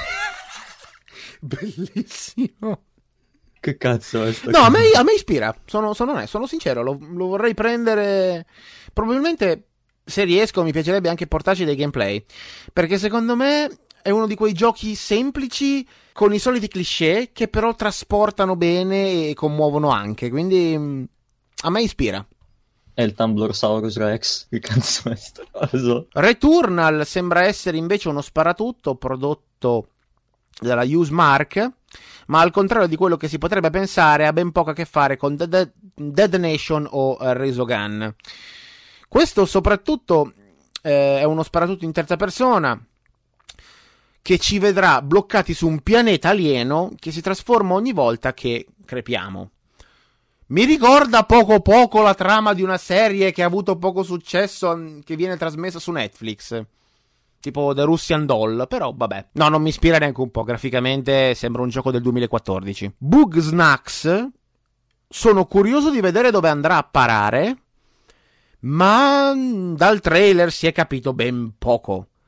Bellissimo. Che cazzo è sto? No, a me, a me ispira, sono, sono onesto, sono sincero, lo, lo vorrei prendere. Probabilmente, se riesco, mi piacerebbe anche portarci dei gameplay, perché secondo me è uno di quei giochi semplici con i soliti cliché che però trasportano bene e commuovono anche, quindi a me ispira. È il Tumblrsaurus Rex, che cazzo è sto coso? Returnal sembra essere invece uno sparatutto prodotto dalla Usemark, ma al contrario di quello che si potrebbe pensare ha ben poco a che fare con Dead, Dead Nation o Resogun. Questo soprattutto eh, è uno sparatutto in terza persona che ci vedrà bloccati su un pianeta alieno che si trasforma ogni volta che crepiamo. Mi ricorda poco poco la trama di una serie che ha avuto poco successo, che viene trasmessa su Netflix, tipo The Russian Doll, però vabbè. No, non mi ispira neanche un po', graficamente sembra un gioco del duemilaquattordici. Bugsnax, sono curioso di vedere dove andrà a parare, ma dal trailer si è capito ben poco.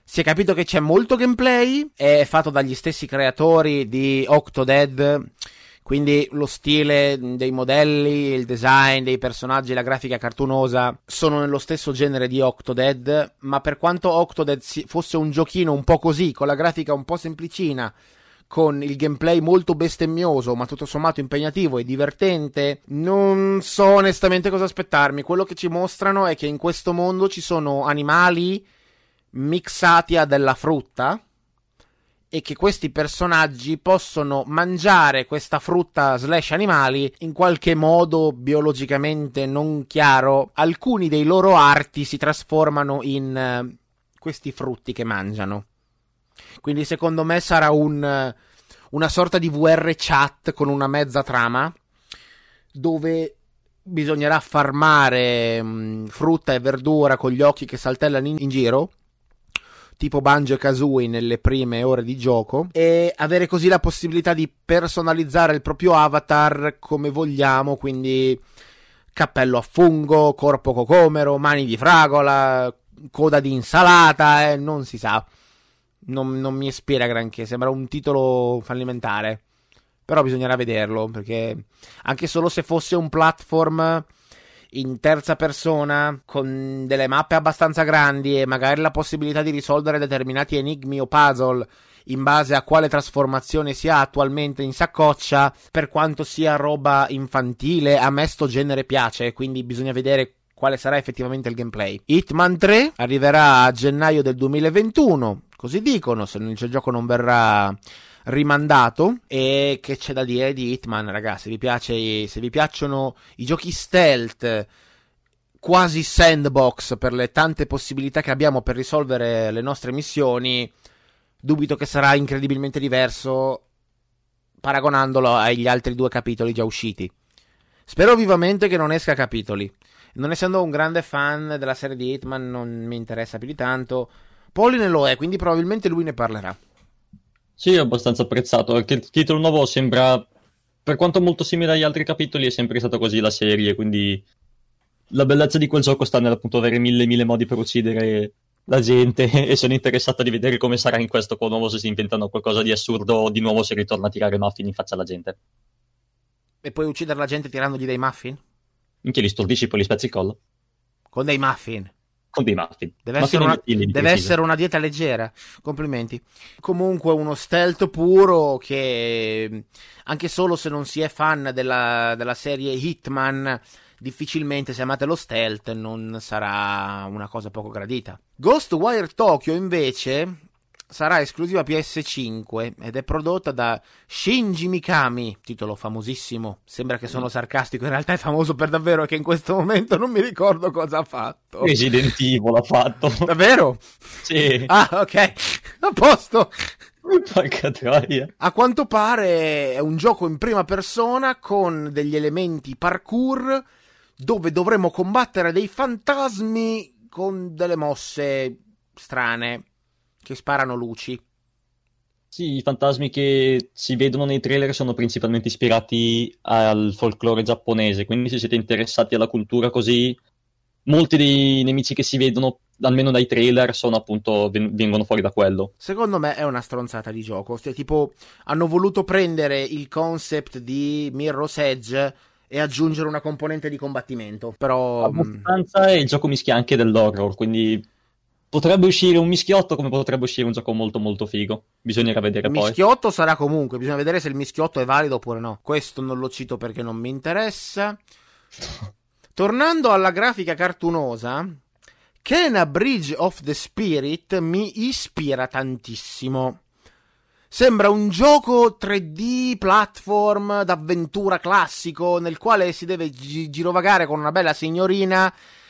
Si è capito che c'è molto gameplay, è fatto dagli stessi creatori di Octodad, quindi lo stile dei modelli, il design dei personaggi, la grafica cartunosa sono nello stesso genere di Octodad, ma per quanto Octodad fosse un giochino un po' così, con la grafica un po' semplicina, con il gameplay molto bestemmioso, ma tutto sommato impegnativo e divertente, non so onestamente cosa aspettarmi. Quello che ci mostrano è che in questo mondo ci sono animali mixati a della frutta e che questi personaggi possono mangiare questa frutta slash animali in qualche modo biologicamente non chiaro. Alcuni dei loro arti si trasformano in uh, questi frutti che mangiano. Quindi secondo me sarà un, uh, una sorta di V R chat con una mezza trama dove bisognerà farmare um, frutta e verdura con gli occhi che saltellano in, in giro, tipo Banjo-Kazooie nelle prime ore di gioco, e avere così la possibilità di personalizzare il proprio avatar come vogliamo, quindi cappello a fungo, corpo cocomero, mani di fragola, coda di insalata, eh, non si sa, non, non mi ispira granché, sembra un titolo fallimentare, però bisognerà vederlo, perché anche solo se fosse un platform in terza persona, con delle mappe abbastanza grandi e magari la possibilità di risolvere determinati enigmi o puzzle in base a quale trasformazione si ha attualmente in saccoccia, per quanto sia roba infantile, a me sto genere piace, quindi bisogna vedere quale sarà effettivamente il gameplay. Hitman tre arriverà a gennaio del duemilaventuno, così dicono, se il gioco non verrà rimandato. E che c'è da dire di Hitman, ragazzi? Se vi piace, se vi piacciono i giochi stealth quasi sandbox per le tante possibilità che abbiamo per risolvere le nostre missioni, dubito che sarà incredibilmente diverso paragonandolo agli altri due capitoli già usciti. Spero vivamente che non esca a capitoli. Non essendo un grande fan della serie di Hitman, non mi interessa più di tanto. Pauline lo è, quindi probabilmente lui ne parlerà. Sì, è abbastanza apprezzato, perché il titolo nuovo sembra, per quanto molto simile agli altri capitoli, è sempre stata così la serie, quindi la bellezza di quel gioco sta nell'appunto avere mille mille modi per uccidere la gente e sono interessato di vedere come sarà in questo qua nuovo, se si inventano qualcosa di assurdo o di nuovo si ritorna a tirare muffin in faccia alla gente. E puoi uccidere la gente tirandogli dei muffin? Minchia, li stordisci poi li spezzi il collo? Con dei muffin? Con dei muffin. Deve, muffin essere una, di deve essere una dieta leggera. Complimenti. Comunque uno stealth puro che, anche solo se non si è fan della, della serie Hitman, difficilmente, se amate lo stealth, non sarà una cosa poco gradita. Ghostwire Tokyo invece sarà esclusiva P S cinque ed è prodotta da Shinji Mikami, titolo famosissimo. Sembra che sono sarcastico, in realtà è famoso per davvero, che in questo momento non mi ricordo cosa ha fatto. Resident Evil l'ha fatto. Davvero? Sì. Ah, ok, a posto. Porca troia. A quanto pare è un gioco in prima persona con degli elementi parkour dove dovremo combattere dei fantasmi con delle mosse strane che sparano luci. Sì, i fantasmi che si vedono nei trailer sono principalmente ispirati al folklore giapponese, quindi se siete interessati alla cultura così, molti dei nemici che si vedono, almeno dai trailer, sono appunto, vengono fuori da quello. Secondo me è una stronzata di gioco, cioè, tipo hanno voluto prendere il concept di Mirror's Edge e aggiungere una componente di combattimento, però abbastanza, e il gioco mischia anche dell'horror, quindi potrebbe uscire un mischiotto come potrebbe uscire un gioco molto molto figo. Bisognerà vedere il poi. Il mischiotto sarà comunque, bisogna vedere se il mischiotto è valido oppure no. Questo non lo cito perché non mi interessa. Tornando alla grafica cartunosa, Kena Bridge of the Spirit mi ispira tantissimo. Sembra un gioco tre D platform d'avventura classico nel quale si deve gi- girovagare con una bella signorina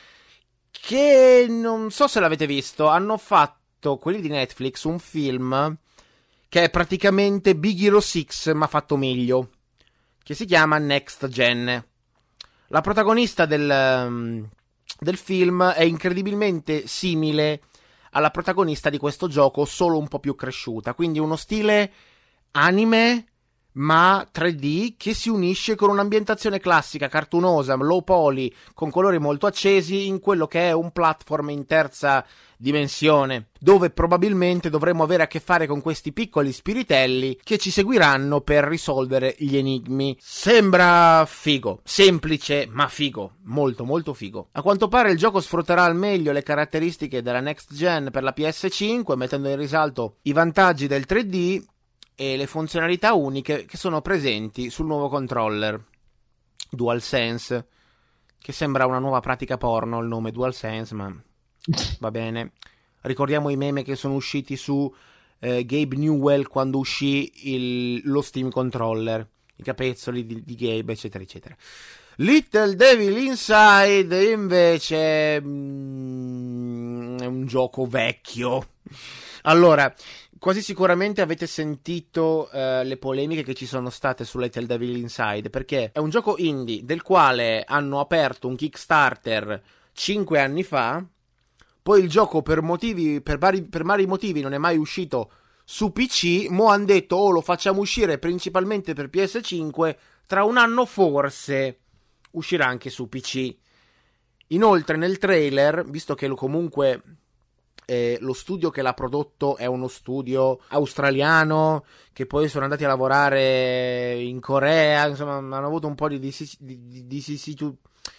che non so se l'avete visto. Hanno fatto, quelli di Netflix, un film che è praticamente Big Hero sei ma fatto meglio, che si chiama Next Gen. La protagonista del, del film è incredibilmente simile alla protagonista di questo gioco, solo un po' più cresciuta, quindi uno stile anime ma tre D che si unisce con un'ambientazione classica, cartunosa, low poly, con colori molto accesi, in quello che è un platform in terza dimensione, dove probabilmente dovremo avere a che fare con questi piccoli spiritelli che ci seguiranno per risolvere gli enigmi. Sembra figo, semplice ma figo, molto molto figo. A quanto pare il gioco sfrutterà al meglio le caratteristiche della next gen per la P S cinque, mettendo in risalto i vantaggi del tre D e le funzionalità uniche che sono presenti sul nuovo controller DualSense, che sembra una nuova pratica porno il nome DualSense, ma va bene. Ricordiamo i meme che sono usciti su eh, Gabe Newell quando uscì il, lo Steam Controller, i capezzoli di, di Gabe, eccetera eccetera. Little Devil Inside invece mm, è un gioco vecchio. Allora, quasi sicuramente avete sentito uh, le polemiche che ci sono state su Little Devil Inside, perché è un gioco indie del quale hanno aperto un Kickstarter cinque anni fa. Poi il gioco per motivi, per vari, per vari motivi non è mai uscito su P C. Mo' hanno detto, oh, lo facciamo uscire principalmente per P S cinque, tra un anno forse uscirà anche su P C. Inoltre nel trailer, visto che lo, comunque eh, lo studio che l'ha prodotto è uno studio australiano, che poi sono andati a lavorare in Corea, insomma hanno avuto un po' di vicissitudini,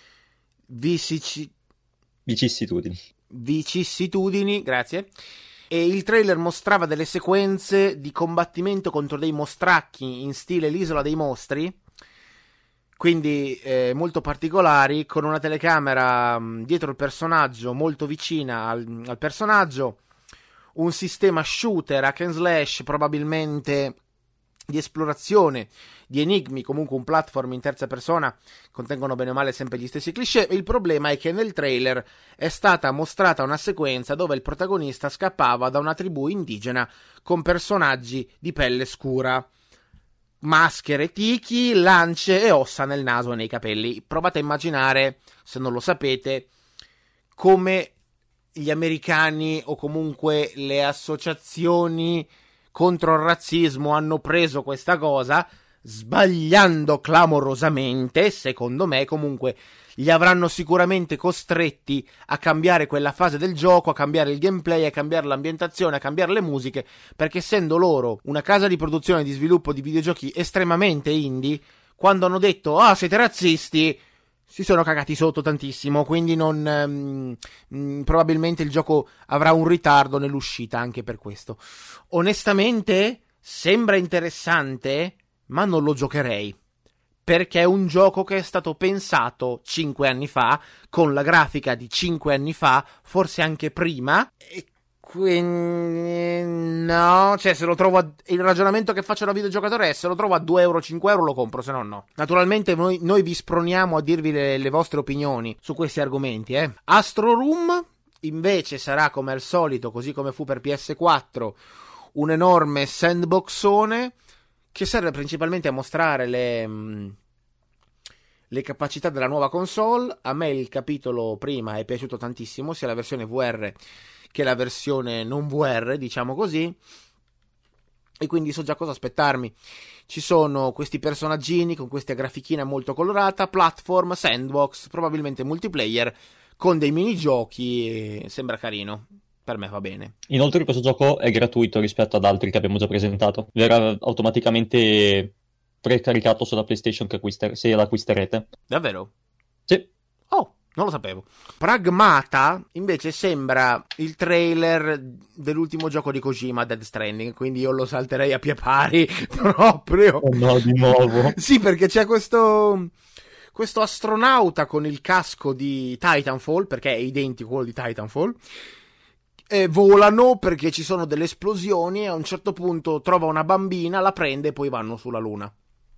vicissitudini. vicissitudini, grazie. E il trailer mostrava delle sequenze di combattimento contro dei mostracchi in stile l'Isola dei Mostri, quindi eh, molto particolari, con una telecamera mh, dietro il personaggio, molto vicina al, al personaggio, un sistema shooter hack and slash, probabilmente di esplorazione di enigmi, comunque un platform in terza persona, contengono bene o male sempre gli stessi cliché. Il problema è che nel trailer è stata mostrata una sequenza dove il protagonista scappava da una tribù indigena con personaggi di pelle scura, maschere, tiki, lance e ossa nel naso e nei capelli. Provate a immaginare, se non lo sapete, come gli americani o comunque le associazioni contro il razzismo hanno preso questa cosa, sbagliando clamorosamente, secondo me. Comunque li avranno sicuramente costretti a cambiare quella fase del gioco, a cambiare il gameplay, a cambiare l'ambientazione, a cambiare le musiche, perché essendo loro una casa di produzione e di sviluppo di videogiochi estremamente indie, quando hanno detto ah siete razzisti, si sono cagati sotto tantissimo. Quindi non um, probabilmente il gioco avrà un ritardo nell'uscita anche per questo. Onestamente sembra interessante, ma non lo giocherei, perché è un gioco che è stato pensato cinque anni fa, con la grafica di cinque anni fa, forse anche prima, e quindi no, cioè se lo trovo a, il ragionamento che faccio da videogiocatore è se lo trovo a due euro, cinque euro lo compro, se no no. Naturalmente noi, noi vi sproniamo a dirvi le, le vostre opinioni su questi argomenti. eh. Astro Room invece sarà, come al solito, così come fu per P S quattro, un enorme sandboxone che serve principalmente a mostrare le, mh, le capacità della nuova console. A me il capitolo prima è piaciuto tantissimo, sia la versione V R che la versione non V R, diciamo così, e quindi so già cosa aspettarmi. Ci sono questi personaggini con questa grafichina molto colorata, platform, sandbox, probabilmente multiplayer, con dei minigiochi, e sembra carino. Per me va bene. Inoltre questo gioco è gratuito rispetto ad altri che abbiamo già presentato. Verrà automaticamente precaricato sulla PlayStation che acquister- se l'acquisterete. Davvero? Sì. Oh, non lo sapevo. Pragmata invece sembra il trailer dell'ultimo gioco di Kojima, Death Stranding, quindi io lo salterei a pie pari proprio. Oh no, di nuovo. Sì, perché c'è questo... questo astronauta con il casco di Titanfall, perché è identico a quello di Titanfall. E volano perché ci sono delle esplosioni e a un certo punto trova una bambina, la prende e poi vanno sulla luna.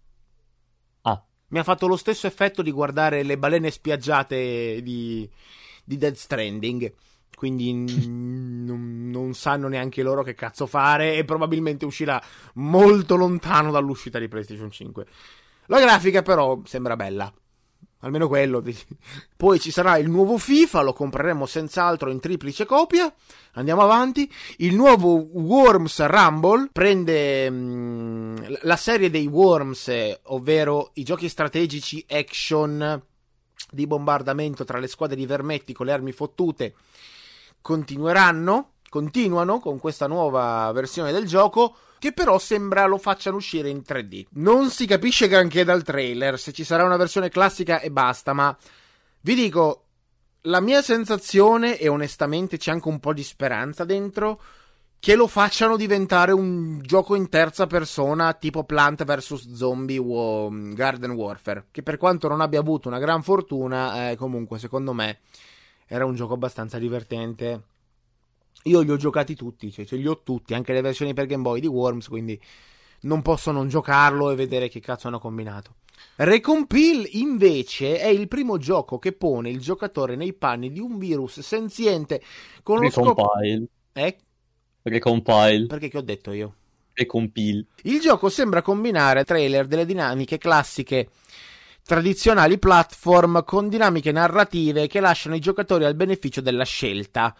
Ah. Mi ha fatto lo stesso effetto di guardare le balene spiaggiate di, di Death Stranding. Quindi n- non, non sanno neanche loro che cazzo fare e probabilmente uscirà molto lontano dall'uscita di PlayStation cinque. La grafica però sembra bella. Almeno quello. Poi ci sarà il nuovo FIFA, lo compreremo senz'altro in triplice copia. Andiamo avanti. Il nuovo Worms Rumble prende mh, la serie dei Worms, eh, ovvero i giochi strategici action di bombardamento tra le squadre di vermetti con le armi fottute, continueranno, continuano con questa nuova versione del gioco, che però sembra lo facciano uscire in tre D. Non si capisce granché dal trailer se ci sarà una versione classica e basta, ma vi dico, la mia sensazione, e onestamente c'è anche un po' di speranza dentro, che lo facciano diventare un gioco in terza persona tipo Plant versus. Zombie o Garden Warfare, che per quanto non abbia avuto una gran fortuna, eh, comunque secondo me era un gioco abbastanza divertente. Io li ho giocati tutti, cioè ce li ho tutti, anche le versioni per Game Boy di Worms, quindi non posso non giocarlo e vedere che cazzo hanno combinato. Recompile invece è il primo gioco che pone il giocatore nei panni di un virus senziente con lo scopo... Eh? Recompile. Perché che ho detto io? Recompile. Il gioco sembra combinare trailer delle dinamiche classiche tradizionali platform con dinamiche narrative che lasciano i giocatori al beneficio della scelta.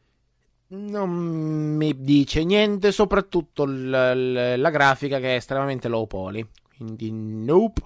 Non mi dice niente, soprattutto l- l- la grafica che è estremamente low poly. Quindi nope.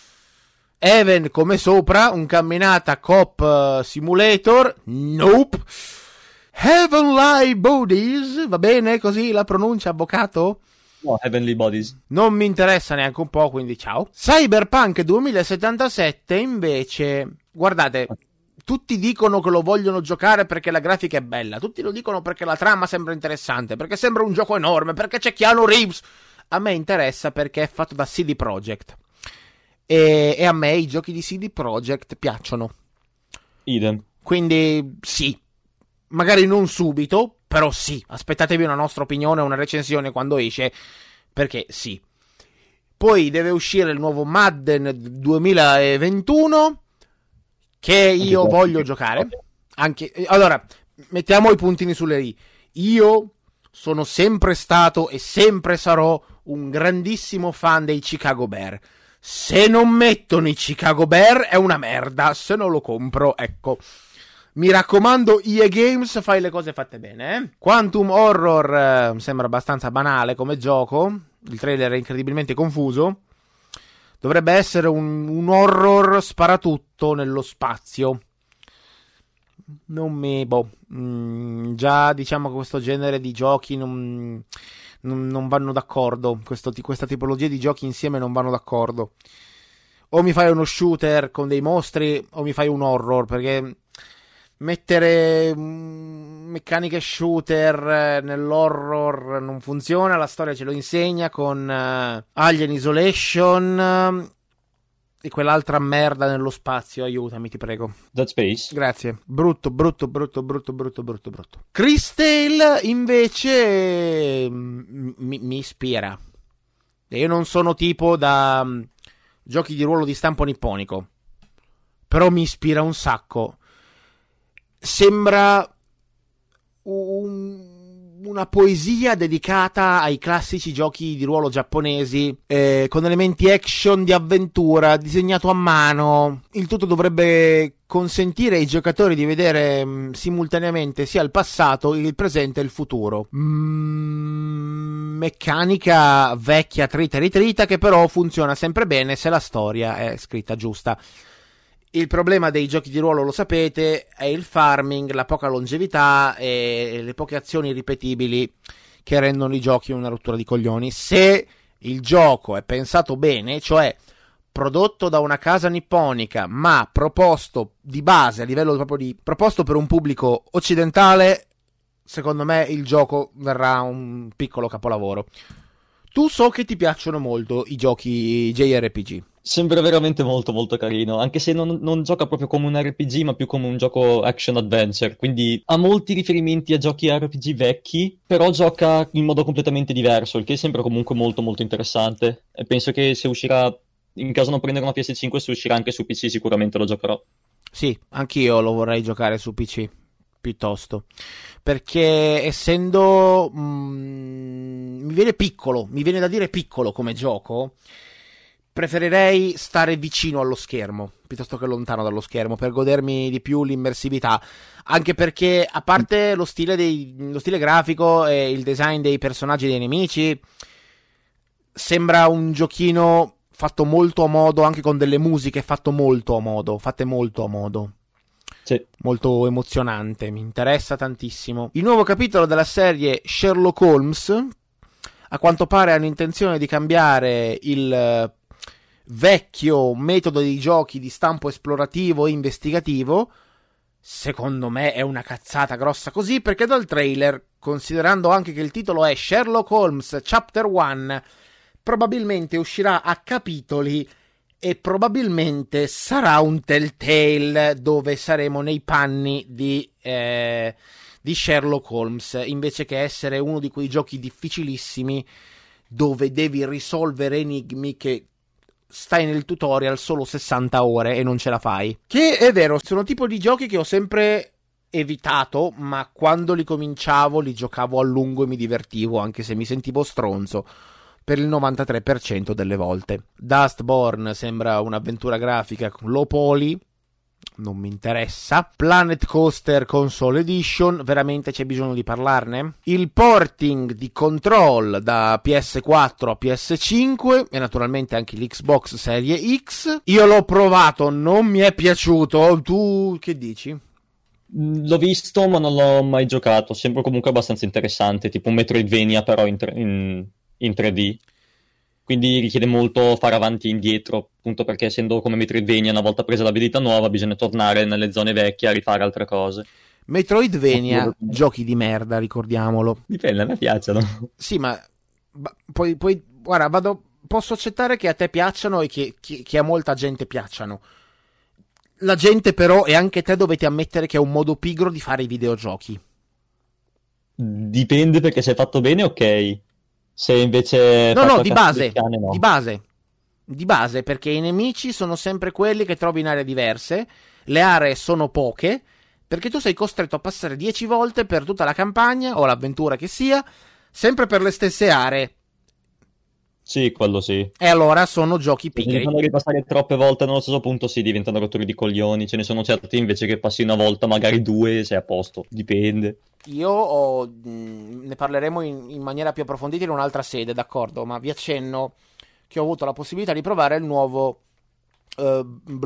Even come sopra, un camminata cop simulator. Nope. Heavenly Bodies, va bene così la pronuncia, avvocato? No, Heavenly Bodies. Non mi interessa neanche un po', quindi ciao. Cyberpunk duemilasettantasette invece, guardate, tutti dicono che lo vogliono giocare perché la grafica è bella, tutti lo dicono perché la trama sembra interessante, perché sembra un gioco enorme, perché c'è Keanu Reeves. A me interessa perché è fatto da C D Projekt e, e a me i giochi di C D Projekt piacciono. Idem. Quindi sì, magari non subito, però sì, aspettatevi una nostra opinione, una recensione quando esce, perché sì. Poi deve uscire il nuovo Madden duemilaventuno, che io Anche voglio giocare. Anche, allora, mettiamo i puntini sulle i. Io sono sempre stato e sempre sarò un grandissimo fan dei Chicago Bear. Se non mettono i Chicago Bear è una merda, se non lo compro, ecco. Mi raccomando, E A Games, fai le cose fatte bene, eh? Quantum Horror eh, sembra abbastanza banale come gioco. Il trailer è incredibilmente confuso. Dovrebbe essere un, un horror sparatutto nello spazio. Non mi... boh. Mm, già diciamo che questo genere di giochi non, non, non vanno d'accordo. Questo, questa tipologia di giochi insieme non vanno d'accordo. O mi fai uno shooter con dei mostri, o mi fai un horror, perché... mettere mm, meccaniche shooter nell'horror non funziona, la storia ce lo insegna con uh, Alien Isolation uh, e quell'altra merda nello spazio, aiutami ti prego. Dead Space. Grazie. Brutto, brutto, brutto, brutto, brutto, brutto, brutto. Crystal invece mm, mi, mi ispira. E io non sono tipo da um, giochi di ruolo di stampo nipponico, però mi ispira un sacco. Sembra un, una poesia dedicata ai classici giochi di ruolo giapponesi, eh, con elementi action di avventura, disegnato a mano. Il tutto dovrebbe consentire ai giocatori di vedere mh, simultaneamente sia il passato, il presente e il futuro. Mm, meccanica vecchia, trita e ritrita, che però funziona sempre bene se la storia è scritta giusta. Il problema dei giochi di ruolo, lo sapete, è il farming, la poca longevità e le poche azioni ripetibili che rendono i giochi una rottura di coglioni. Se il gioco è pensato bene, cioè prodotto da una casa nipponica, ma proposto di base, a livello proprio di... proposto per un pubblico occidentale, secondo me il gioco verrà un piccolo capolavoro. Tu so che ti piacciono molto i giochi J R P G. Sembra veramente molto molto carino, anche se non, non gioca proprio come un R P G, ma più come un gioco action adventure, quindi ha molti riferimenti a giochi R P G vecchi, però gioca in modo completamente diverso, il che sembra comunque molto molto interessante, e penso che se uscirà, in caso non prendere una P S cinque, se uscirà anche su P C sicuramente lo giocherò. Sì, anch'io lo vorrei giocare su P C, piuttosto, perché essendo mm, mi viene piccolo, mi viene da dire piccolo come gioco, preferirei stare vicino allo schermo piuttosto che lontano dallo schermo per godermi di più l'immersività, anche perché a parte lo stile, dei, lo stile grafico e il design dei personaggi e dei nemici, sembra un giochino fatto molto a modo, anche con delle musiche fatto molto a modo, fatte molto a modo. Sì. Molto emozionante, mi interessa tantissimo. Il nuovo capitolo della serie Sherlock Holmes, a quanto pare hanno intenzione di cambiare il vecchio metodo di giochi di stampo esplorativo e investigativo. Secondo me è una cazzata grossa così, perché dal trailer, considerando anche che il titolo è Sherlock Holmes Chapter uno, probabilmente uscirà a capitoli e probabilmente sarà un Telltale dove saremo nei panni di, eh, di Sherlock Holmes, invece che essere uno di quei giochi difficilissimi dove devi risolvere enigmi che stai nel tutorial solo sessanta ore e non ce la fai. Che è vero, sono tipo di giochi che ho sempre evitato, ma quando li cominciavo li giocavo a lungo e mi divertivo, anche se mi sentivo stronzo per il novantatré per cento delle volte. Dustborn sembra un'avventura grafica con low poly, non mi interessa. Planet Coaster Console Edition, veramente c'è bisogno di parlarne? Il porting di Control da P S quattro a P S cinque e naturalmente anche l'Xbox Serie X. Io l'ho provato, non mi è piaciuto. Tu che dici? L'ho visto ma non l'ho mai giocato, sembra comunque abbastanza interessante, tipo un Metroidvania però in, tre- in, in tre D. Quindi richiede molto fare avanti e indietro, appunto perché essendo come Metroidvania una volta presa l'abilità nuova bisogna tornare nelle zone vecchie a rifare altre cose. Metroidvania, giochi di merda, ricordiamolo. Dipende, a me piacciono. Sì, ma poi, poi guarda, vado, posso accettare che a te piacciono e che, che, che a molta gente piacciono. La gente però, e anche te dovete ammettere che è un modo pigro di fare i videogiochi. Dipende, perché se è fatto bene, ok. Se invece no no di base cane, no. di base di base perché i nemici sono sempre quelli che trovi in aree diverse, le aree sono poche, perché tu sei costretto a passare dieci volte per tutta la campagna o l'avventura che sia, sempre per le stesse aree. Sì, quello sì. E allora sono giochi pigri. Se devono ripassare troppe volte nello stesso punto, sì, diventano rottori di coglioni. Ce ne sono certi invece che passi una volta, magari due, sei a posto. Dipende. Io ho, mh, ne parleremo in, in maniera più approfondita in un'altra sede, d'accordo? Ma vi accenno che ho avuto la possibilità di provare il nuovo uh,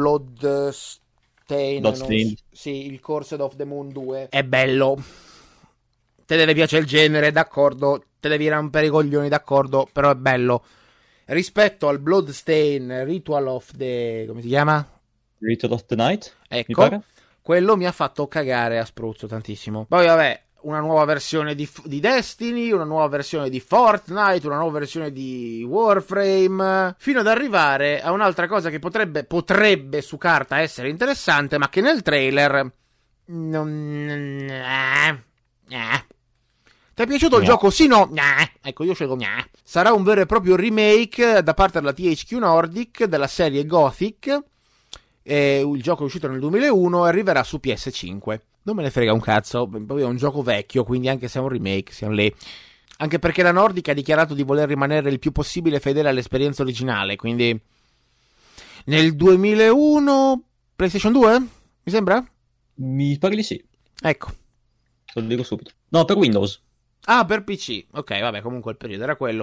Bloodstain. Bloodstain. Sì, il Cursed of the Moon due. È bello. Te deve piacere il genere, d'accordo? Te devi rompere i coglioni, d'accordo? Però è bello. Rispetto al Bloodstain Ritual of the... come si chiama? Ritual of the Night? Ecco, quello mi ha fatto cagare a spruzzo tantissimo. Poi vabbè, una nuova versione di, di Destiny, una nuova versione di Fortnite, una nuova versione di Warframe, fino ad arrivare a un'altra cosa che potrebbe, potrebbe su carta essere interessante, ma che nel trailer non... Eh, eh. Ti è piaciuto il no. gioco? Sì, no? Nah. Ecco, io scelgo nah. Sarà un vero e proprio remake da parte della T H Q Nordic della serie Gothic. E il gioco è uscito nel duemilauno e arriverà su P S cinque. Non me ne frega un cazzo, poi è un gioco vecchio, quindi anche se è un remake, siamo lì. Anche perché la Nordic ha dichiarato di voler rimanere il più possibile fedele all'esperienza originale, quindi... Nel duemilauno... PlayStation due? Mi sembra? Mi pare di sì. Ecco. Lo dico subito. No, per Windows. Ah, per P C. Ok, vabbè, comunque il periodo era quello.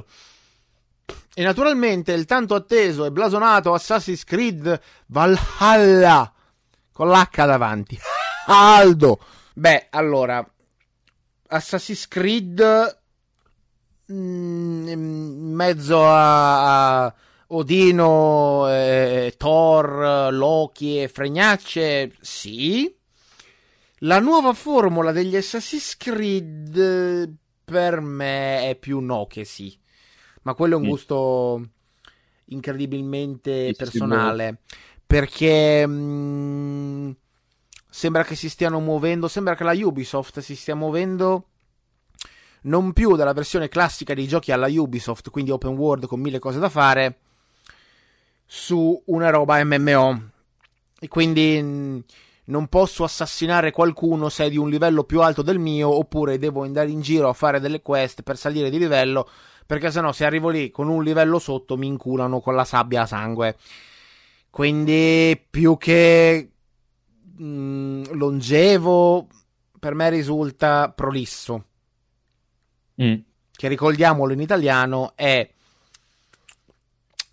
E naturalmente il tanto atteso e blasonato Assassin's Creed Valhalla con l'H davanti. Aldo. Beh, allora Assassin's Creed mh, in mezzo a, a Odino, eh, Thor, Loki e fregnacce, sì. La nuova formula degli Assassin's Creed per me è più no che sì. Ma quello è un gusto incredibilmente personale, perché mh, sembra che si stiano muovendo, sembra che la Ubisoft si stia muovendo non più dalla versione classica dei giochi alla Ubisoft, quindi open world con mille cose da fare, su una roba M M O. E quindi mh, non posso assassinare qualcuno se è di un livello più alto del mio, oppure devo andare in giro a fare delle quest per salire di livello, perché sennò se arrivo lì con un livello sotto mi inculano con la sabbia a sangue. Quindi più che mh, longevo, per me risulta prolisso. Mm. Che ricordiamolo in italiano è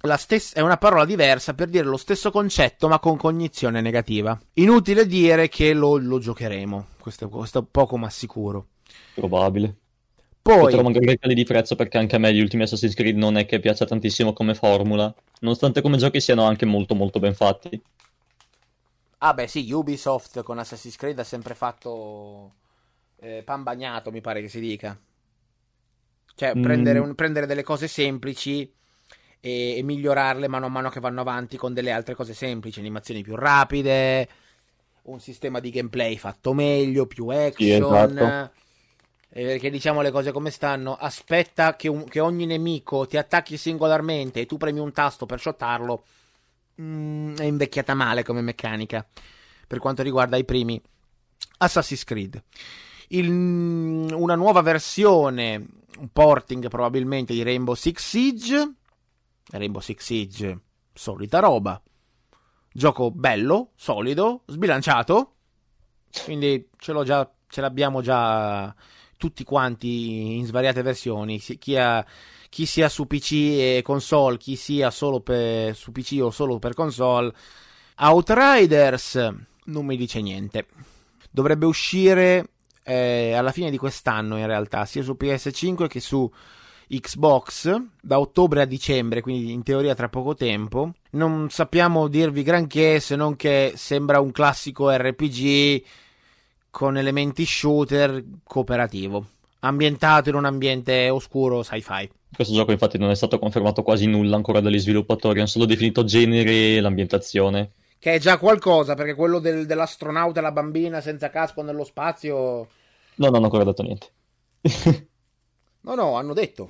la stessa, è una parola diversa per dire lo stesso concetto ma con cognizione negativa. Inutile dire che lo, lo giocheremo, questo, questo è poco ma sicuro. Probabile. Poi potrò magari regali di prezzo, perché anche a me gli ultimi Assassin's Creed non è che piaccia tantissimo come formula, nonostante come giochi siano anche molto molto ben fatti. Ah beh sì, Ubisoft con Assassin's Creed ha sempre fatto eh, pan bagnato, mi pare che si dica. Cioè Mm. prendere, un, prendere delle cose semplici e, e migliorarle mano a mano che vanno avanti con delle altre cose semplici, animazioni più rapide, un sistema di gameplay fatto meglio, più action. Sì, esatto. eh, perché diciamo le cose come stanno, aspetta che, un, che ogni nemico ti attacchi singolarmente e tu premi un tasto per shottarlo. Mm, è invecchiata male come meccanica per quanto riguarda i primi Assassin's Creed. Il, una nuova versione, un porting probabilmente di Rainbow Six Siege. Rainbow Six Siege, solita roba, gioco bello, solido, sbilanciato, quindi ce l'ho già, ce l'abbiamo già tutti quanti in svariate versioni, chi, ha, chi sia su P C e console, chi sia solo per, su P C o solo per console. Outriders non mi dice niente, dovrebbe uscire eh, alla fine di quest'anno in realtà, sia su P S cinque che su Xbox, da ottobre a dicembre, quindi in teoria tra poco tempo. Non sappiamo dirvi granché, se non che sembra un classico R P G con elementi shooter cooperativo, ambientato in un ambiente oscuro sci-fi. Questo gioco infatti non è stato confermato quasi nulla ancora dagli sviluppatori, hanno solo definito genere e l'ambientazione. Che è già qualcosa, perché quello del, dell'astronauta e la bambina senza casco nello spazio... No, non hanno ancora detto niente. No, no, hanno detto.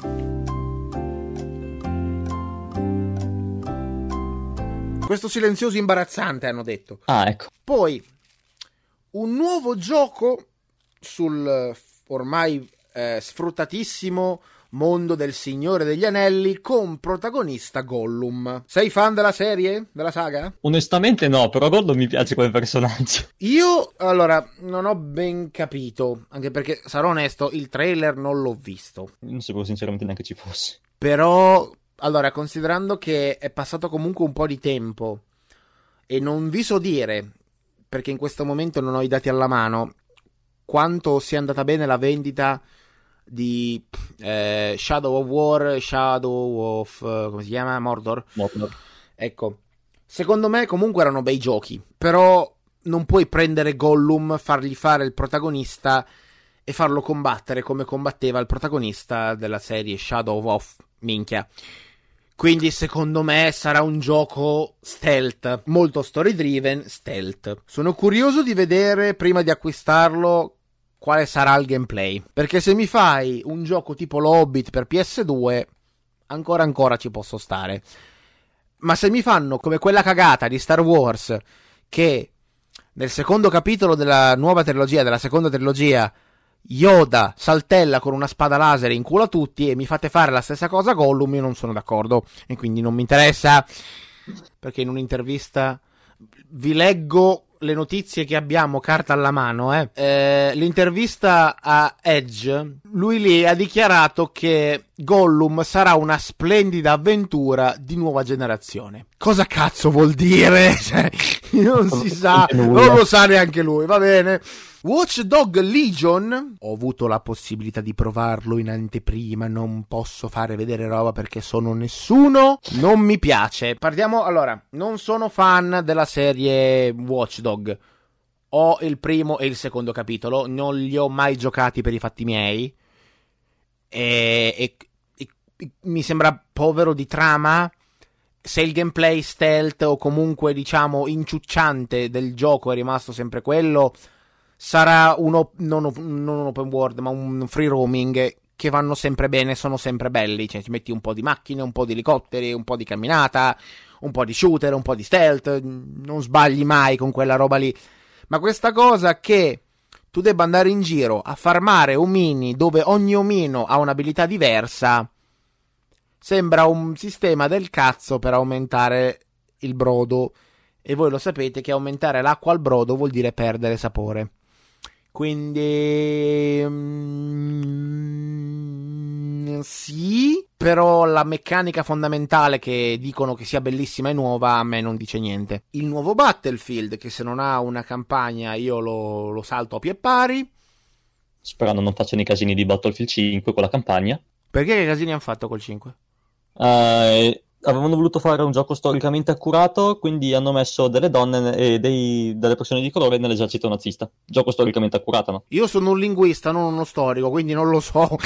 Questo silenzioso imbarazzante, hanno detto. Ah, ecco. Poi, un nuovo gioco sul ormai eh, sfruttatissimo mondo del Signore degli Anelli con protagonista Gollum. Sei fan della serie? Della saga? Onestamente no, però Gollum mi piace come personaggio. Io, allora, non ho ben capito, anche perché, sarò onesto, il trailer non l'ho visto. Non sapevo sinceramente neanche ci fosse. Però, allora, considerando che è passato comunque un po' di tempo e non vi so dire, perché in questo momento non ho i dati alla mano, quanto sia andata bene la vendita di eh, Shadow of War, Shadow of uh, come si chiama? Mordor. Mordor. Ecco, secondo me comunque erano bei giochi, però non puoi prendere Gollum, fargli fare il protagonista e farlo combattere come combatteva il protagonista della serie Shadow of minchia. Quindi secondo me sarà un gioco stealth, molto story driven, stealth. Sono curioso di vedere prima di acquistarlo quale sarà il gameplay, perché se mi fai un gioco tipo l'Hobbit per P S due ancora ancora ci posso stare, ma se mi fanno come quella cagata di Star Wars che nel secondo capitolo della nuova trilogia, della seconda trilogia, Yoda saltella con una spada laser in culo a tutti e mi fate fare la stessa cosa a Gollum, io non sono d'accordo e quindi non mi interessa, perché in un'intervista vi leggo le notizie che abbiamo carta alla mano, eh. Eh, l'intervista a Edge, lui lì ha dichiarato che Gollum sarà una splendida avventura di nuova generazione. Cosa cazzo vuol dire? Cioè, non si sa, non lo sa neanche lui, va bene. Watch Dog Legion, ho avuto la possibilità di provarlo in anteprima, non posso fare vedere roba perché sono nessuno, non mi piace. Partiamo, allora, non sono fan della serie Watch Dog, ho il primo e il secondo capitolo, non li ho mai giocati per i fatti miei, e, e, e, e mi sembra povero di trama. Se il gameplay stealth o comunque diciamo inciucciante del gioco è rimasto sempre quello, sarà uno, non, non un open world ma un free roaming che vanno sempre bene, sono sempre belli, cioè ci metti un po' di macchine, un po' di elicotteri, un po' di camminata, un po' di shooter, un po' di stealth, non sbagli mai con quella roba lì. Ma questa cosa che tu debba andare in giro a farmare omini dove ogni omino ha un'abilità diversa sembra un sistema del cazzo per aumentare il brodo, e voi lo sapete che aumentare l'acqua al brodo vuol dire perdere sapore. Quindi mm, Mm, sì, però la meccanica fondamentale che dicono che sia bellissima e nuova a me non dice niente. Il nuovo Battlefield, che se non ha una campagna io lo, lo salto a pie pari. Sperando non facciano i casini di Battlefield cinque con la campagna. Perché che casini hanno fatto col cinque? Uh, avevano voluto fare un gioco storicamente accurato, quindi hanno messo delle donne e dei, delle persone di colore nell'esercito nazista. Gioco storicamente accurato, no? Io sono un linguista, non uno storico, quindi non lo so.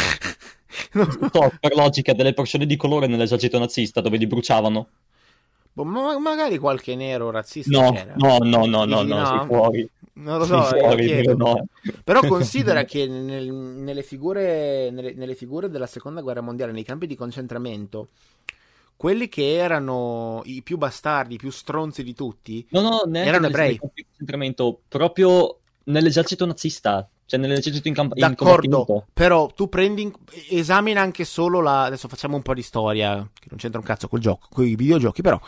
So, per logica, delle persone di colore nell'esercito nazista, dove li bruciavano. Boh, ma magari qualche nero razzista No, c'era. no, no, no, no, Dici no, no? sei fuori. Non lo Sei so, fuori, io chiedo. no. Però considera che nel- nelle, figure, nelle, nelle figure della seconda guerra mondiale, nei campi di concentramento, quelli che erano i più bastardi, i più stronzi di tutti, No, no, neanche erano nel ebrei. campo di concentramento, proprio nell'esercito nazista, cioè nell'esercito in, camp- in D'accordo, combattimento. però tu prendi, in- esamina anche solo la... Adesso facciamo un po' di storia, che non c'entra un cazzo col gioco, con i videogiochi, però...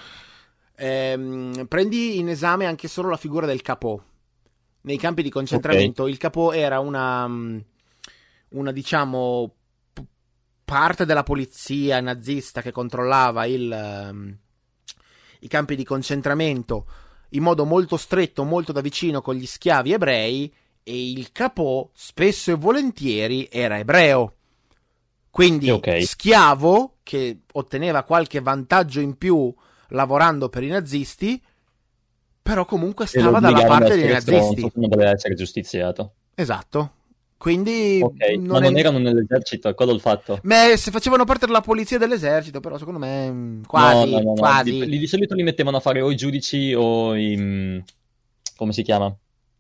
Ehm, prendi in esame anche solo la figura del capò. Nei campi di concentramento Okay. il capò era una, una diciamo, p- parte della polizia nazista che controllava il, ehm, i campi di concentramento in modo molto stretto, molto da vicino con gli schiavi ebrei, e il capò spesso e volentieri era ebreo. Quindi Ok. schiavo che otteneva qualche vantaggio in più lavorando per i nazisti, però comunque E lo stava dalla obbligavano parte a dei essere nazisti. stronzo, non doveva essere giustiziato. Esatto. Quindi Ok, non ma è... non erano nell'esercito, è quello il fatto. Beh, se facevano parte della polizia dell'esercito, però secondo me mm, No, quasi, no, no, no. quasi. Li, li di solito li mettevano a fare o i giudici o i... mm, come si chiama?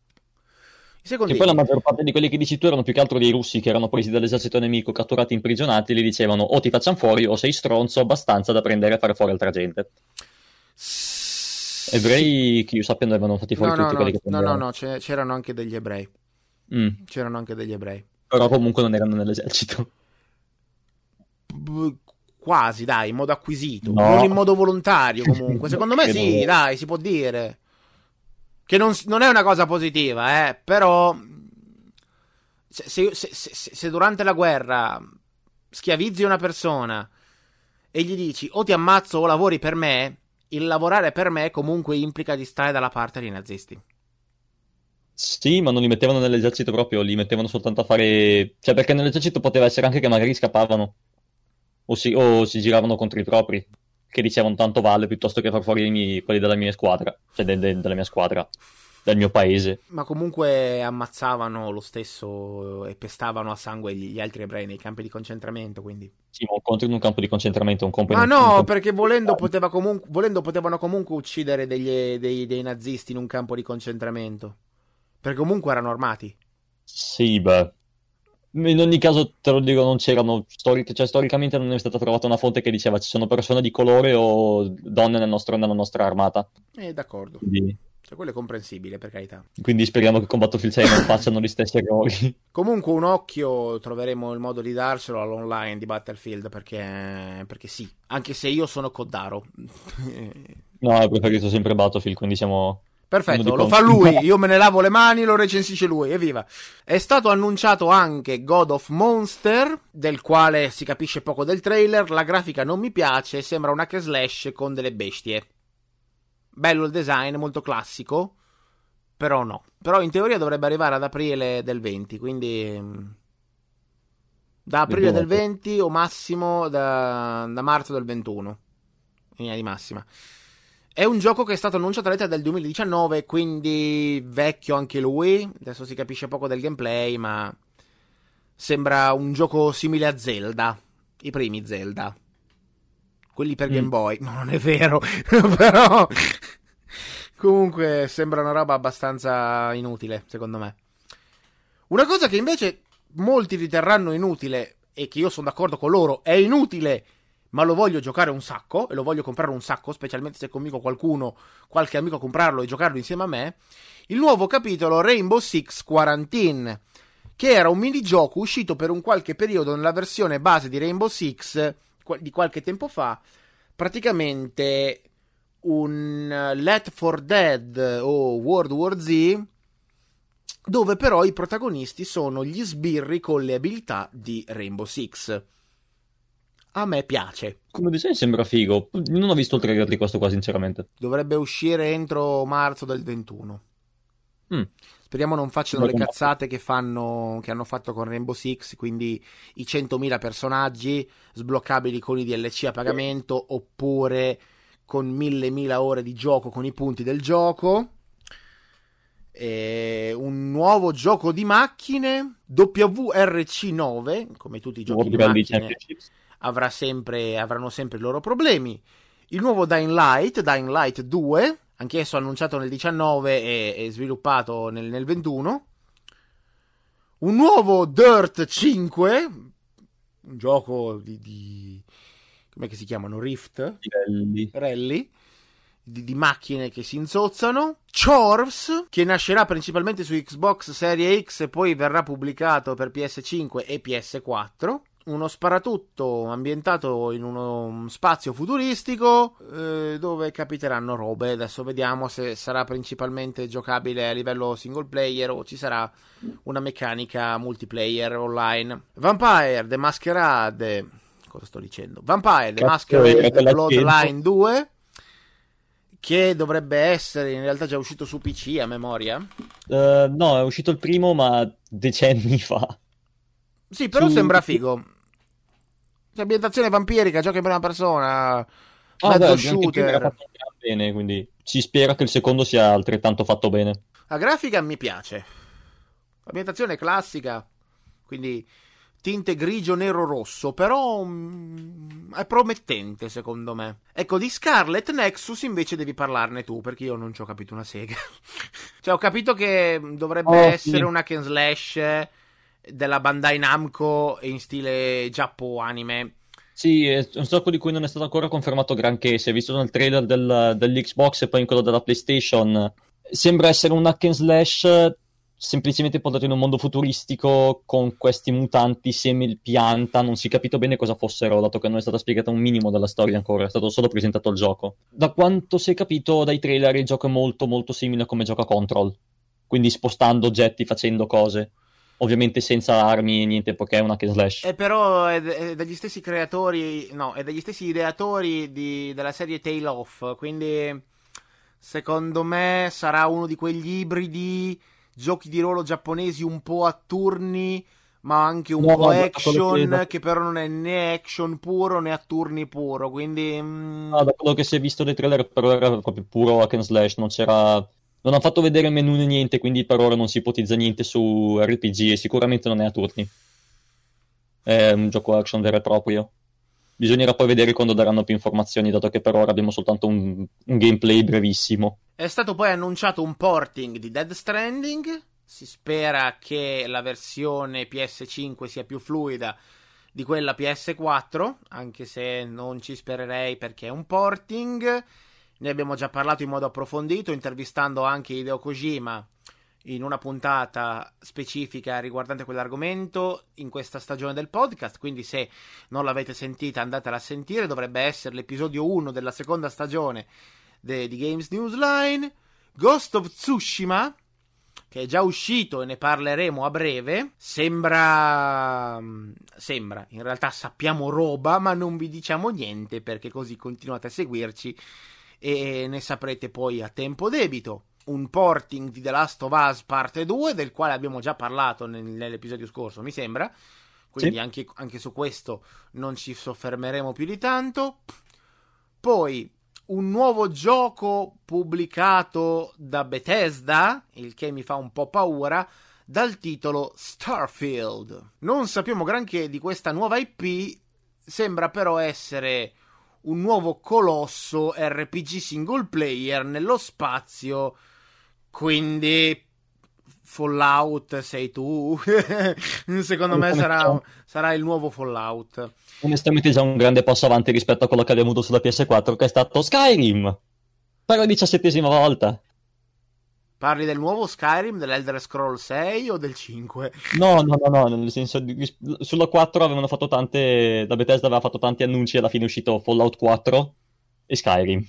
I secondi... Che poi la maggior parte di quelli che dici tu erano più che altro dei russi che erano presi dall'esercito nemico, catturati, imprigionati, e gli dicevano o ti facciamo fuori o sei stronzo abbastanza da prendere e fare fuori altra gente. S- Ebrei, che io sappia, ne avevano fatti fuori No, no, tutti no, quelli che no, no, prendevano. no, c'è- c'erano anche degli ebrei. Mm, C'erano anche degli ebrei. Però comunque non erano nell'esercito. B- Quasi, dai, in modo acquisito. No. Non in modo volontario, comunque. Secondo me Credo- sì, dai, si può dire. Che non, s- non è una cosa positiva, eh, però... Se, se- se- se- se durante la guerra schiavizzi una persona e gli dici o ti ammazzo o lavori per me, il lavorare per me comunque implica di stare dalla parte dei nazisti. Sì, ma non li mettevano nell'esercito proprio, li mettevano soltanto a fare... Cioè, perché nell'esercito poteva essere anche che magari scappavano. O si, o si giravano contro i propri. Che dicevano tanto vale piuttosto che far fuori i miei- quelli della mia squadra. Cioè, de- de- della mia squadra. Del mio paese. Ma comunque ammazzavano lo stesso e pestavano a sangue gli, gli altri ebrei nei campi di concentramento, quindi... Sì, ma un contro in un campo di concentramento, un compo in Ma un- un no, campo- perché volendo, poteva comunque, volendo potevano comunque uccidere degli- dei, dei nazisti in un campo di concentramento. Perché comunque erano armati. Sì, beh. In ogni caso, te lo dico, non c'erano... storic- cioè, storicamente non è stata trovata una fonte che diceva ci sono persone di colore o donne nel nostro- nella nostra armata. Eh, d'accordo. Quindi, Cioè, quello è comprensibile, per carità. quindi speriamo che con Battlefield sei non facciano gli stessi errori. Comunque un occhio troveremo il modo di darcelo all'online di Battlefield, perché, perché sì, anche se io sono Coddaro. No, ho preferito sempre Battlefield, quindi siamo... Perfetto, uno di lo conto. fa lui, io me ne lavo le mani, lo recensisce lui, evviva. È stato annunciato anche God of Monster, del quale si capisce poco del trailer, la grafica non mi piace, sembra un hack and slash con delle bestie. Bello il design, molto classico, però no. Però in teoria dovrebbe arrivare ad aprile del venti, quindi... mm, da aprile del Vedremo. venti o massimo da, da marzo del ventuno, in linea di massima. È un gioco che è stato annunciato all'E tre del duemiladiciannove, quindi vecchio anche lui. Adesso si capisce poco del gameplay, ma sembra un gioco simile a Zelda, i primi Zelda, quelli per Mm. Game Boy. No, non è vero, però comunque sembra una roba abbastanza inutile, secondo me. Una cosa che invece molti riterranno inutile, e che io sono d'accordo con loro, è inutile, ma lo voglio giocare un sacco, e lo voglio comprare un sacco, specialmente se convinco qualcuno, qualche amico a comprarlo e giocarlo insieme a me, il nuovo capitolo Rainbow Six Quarantine, che era un minigioco uscito per un qualche periodo nella versione base di Rainbow Six di qualche tempo fa, praticamente un Left four Dead o World War Z, dove però i protagonisti sono gli sbirri con le abilità di Rainbow Six. A me piace. Come disegno sembra figo. Non ho visto il trailer di questo qua, sinceramente. Dovrebbe uscire entro marzo del ventuno. Mm. Speriamo non facciano le Dopo cazzate che fanno che hanno fatto con Rainbow Six, quindi i centomila personaggi sbloccabili con i D L C a pagamento oppure con mille mila ore di gioco con i punti del gioco. E un nuovo gioco di macchine W R C nove, come tutti i giochi World di Rally macchine, Championships. avrà sempre, avranno sempre i loro problemi. Il nuovo Dying Light, Dying Light due, anch'esso annunciato nel diciannove e, e sviluppato nel, nel ventuno. Un nuovo Dirt cinque, un gioco di, di come che si chiamano? Rift? Rally. Rally. Di, di macchine che si insozzano. Chorus, che nascerà principalmente su Xbox Series X e poi verrà pubblicato per P S cinque e P S quattro. Uno sparatutto ambientato in uno spazio futuristico eh, dove capiteranno robe. Adesso vediamo se sarà principalmente giocabile a livello single player o ci sarà una meccanica multiplayer online. Vampire The Masquerade, cosa sto dicendo? Vampire The Masquerade Bloodline due, che dovrebbe essere in realtà già uscito su P C a memoria. Uh, no, è uscito il primo ma decenni fa. Sì, però Su... sembra figo. C'è ambientazione vampirica, gioco in prima persona, ah, mezzo beh, shooter. Era fatto bene, quindi si spera che il secondo sia altrettanto fatto bene. La grafica mi piace. Ambientazione classica, quindi tinte grigio, nero, rosso, però mm, è promettente secondo me. Ecco, di Scarlet Nexus invece devi parlarne tu, perché io non ci ho capito una sega. Cioè, ho capito che dovrebbe oh, essere sì. una hack and slash della Bandai Namco in stile Giappo anime. Sì, è un gioco di cui non è stato ancora confermato granché. Si è visto nel trailer del, dell'Xbox e poi in quello della PlayStation. Sembra essere un hack and slash semplicemente portato in un mondo futuristico con questi mutanti semi-pianta. Non si è capito bene cosa fossero, dato che non è stata spiegata un minimo della storia ancora, è stato solo presentato il gioco. Da quanto si è capito dai trailer, il gioco è molto molto simile a come gioca Control, quindi spostando oggetti, facendo cose, ovviamente senza armi e niente, perché è una hack and slash. E però è, è degli stessi creatori, no, è degli stessi ideatori di, della serie Tale of, quindi secondo me sarà uno di quegli ibridi giochi di ruolo giapponesi un po' a turni, ma anche un no, po' no, action, che... che però non è né action puro né a turni puro, quindi... Mm... No, da quello che si è visto dei trailer però era proprio puro hack and slash, non c'era... Non hanno fatto vedere menu né niente, quindi per ora non si ipotizza niente su R P G e sicuramente non è a turni. È un gioco action vero e proprio. Bisognerà poi vedere quando daranno più informazioni, dato che per ora abbiamo soltanto un, un gameplay brevissimo. È stato poi annunciato un porting di Death Stranding. Si spera che la versione P S cinque sia più fluida di quella P S quattro, anche se non ci spererei perché è un porting. Ne abbiamo già parlato in modo approfondito, intervistando anche Hideo Kojima in una puntata specifica riguardante quell'argomento in questa stagione del podcast, quindi se non l'avete sentita andatela a sentire, dovrebbe essere l'episodio uno della seconda stagione de- di Games Newsline. Ghost of Tsushima, che è già uscito e ne parleremo a breve, sembra sembra, in realtà sappiamo roba ma non vi diciamo niente, perché così continuate a seguirci e ne saprete poi a tempo debito. Un porting di The Last of Us parte due, del quale abbiamo già parlato nel, nell'episodio scorso, mi sembra, quindi sì. anche, anche su questo non ci soffermeremo più di tanto. Poi un nuovo gioco pubblicato da Bethesda, il che mi fa un po' paura, dal titolo Starfield. Non sappiamo granché di questa nuova I P, sembra però essere un nuovo colosso R P G single player nello spazio, quindi Fallout sei tu. Secondo me sarà, sarà il nuovo Fallout. Onestamente già un grande passo avanti rispetto a quello che abbiamo avuto sulla P S quattro, che è stato Skyrim per la diciassettesima volta. Parli del nuovo Skyrim, dell'Elder Scrolls sei o del cinque? No, no, no, no, nel senso di, sulla quattro avevano fatto tante, la Bethesda aveva fatto tanti annunci, alla fine è uscito Fallout quattro e Skyrim.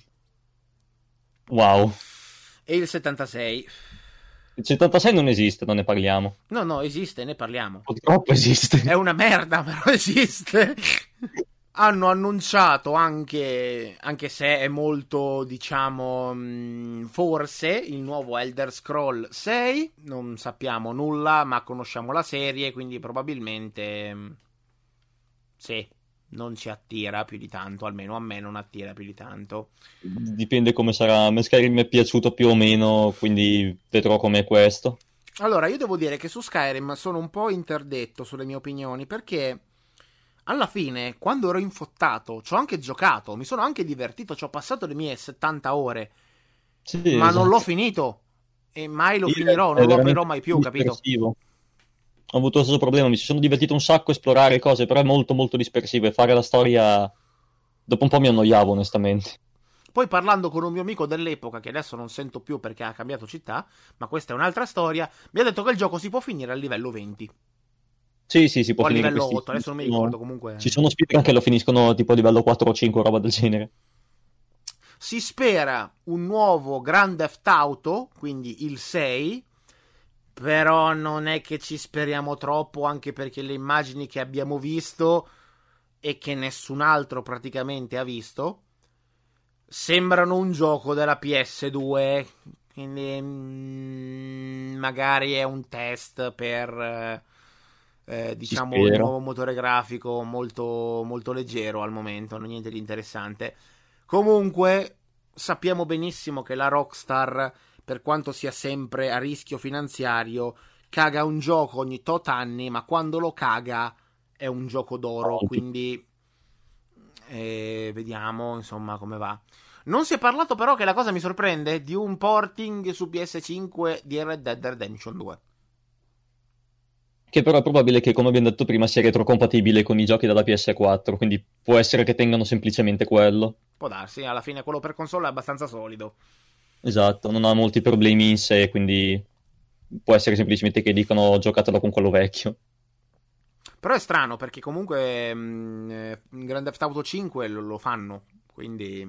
Wow. E il settantasei? Il settantasei non esiste, non ne parliamo. No, no, esiste, ne parliamo. Purtroppo esiste. È una merda, però esiste. Hanno annunciato anche, anche se è molto, diciamo, mh, forse, il nuovo Elder Scroll sei. Non sappiamo nulla, ma conosciamo la serie, quindi probabilmente mh, sì, non ci attira più di tanto, almeno a me non attira più di tanto. Dipende come sarà. A me Skyrim mi è piaciuto più o meno, quindi vedrò com'è questo. Allora, io devo dire che su Skyrim sono un po' interdetto sulle mie opinioni, perché alla fine, quando ero infottato, ci ho anche giocato, mi sono anche divertito, ci ho passato le mie settanta ore, Sì, ma non l'ho esatto. finito e mai lo Sì, finirò, è non lo veramente aprirò mai più, capito? dispersivo. Ho avuto lo stesso problema, mi ci sono divertito un sacco a esplorare cose, però è molto molto dispersivo e fare la storia dopo un po' mi annoiavo onestamente. Poi parlando con un mio amico dell'epoca, che adesso non sento più perché ha cambiato città, ma questa è un'altra storia, mi ha detto che il gioco si può finire a livello venti. Sì, sì, si O può a finire livello questi. otto, adesso non mi Sono- ricordo, comunque. Ci sono speedrun che lo finiscono tipo a livello quattro o cinque, roba del genere. Si spera un nuovo Grand Theft Auto, quindi il sei, però non è che ci speriamo troppo, anche perché le immagini che abbiamo visto e che nessun altro praticamente ha visto sembrano un gioco della P S due, quindi mm, magari è un test per eh, eh, Si diciamo il spera. nuovo motore grafico molto, molto leggero al momento, non niente di interessante. Comunque sappiamo benissimo che la Rockstar, per quanto sia sempre a rischio finanziario, caga un gioco ogni tot anni, ma quando lo caga è un gioco d'oro, quindi eh, vediamo insomma come va. Non si è parlato però, che la cosa mi sorprende, di un porting su P S cinque di Red Dead Redemption due. Che però è probabile che, come abbiamo detto prima, sia retrocompatibile con i giochi della P S quattro, quindi può essere che tengano semplicemente quello. Può darsi, alla fine quello per console è abbastanza solido. Esatto, non ha molti problemi in sé, quindi può essere semplicemente che dicono giocatelo con quello vecchio. Però è strano perché comunque mh, eh, Grand Theft Auto cinque lo, lo fanno, quindi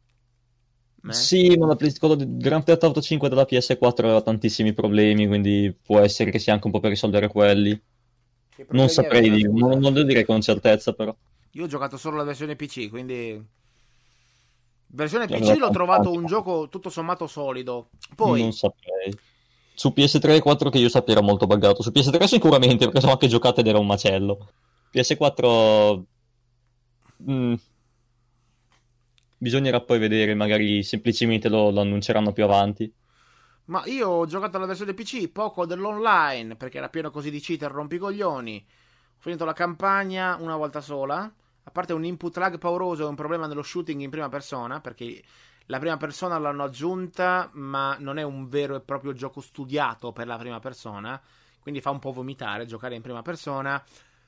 eh. Sì, ma la Play- quello di Grand Theft Auto cinque della P S quattro aveva tantissimi problemi, quindi può essere che sia anche un po' per risolvere quelli. Che Non problemi saprei aveva, dire, non, scusa? non devo dire con certezza, però. Io ho giocato solo la versione P C, quindi versione Aveva P C l'ho tanti, trovato tanti un problemi. gioco tutto sommato solido. Non Poi saprei. Su P S tre e quattro che io sappia era molto buggato. Su P S tre sicuramente, perché sono anche giocate ed era un macello. P S quattro... mm, bisognerà poi vedere, magari semplicemente lo, lo annunceranno più avanti. Ma io ho giocato la versione P C, poco dell'online, perché era pieno così di cheater rompicoglioni. Ho finito la campagna una volta sola. A parte un input lag pauroso e un problema nello shooting in prima persona, perché la prima persona l'hanno aggiunta, ma non è un vero e proprio gioco studiato per la prima persona. Quindi fa un po' vomitare giocare in prima persona.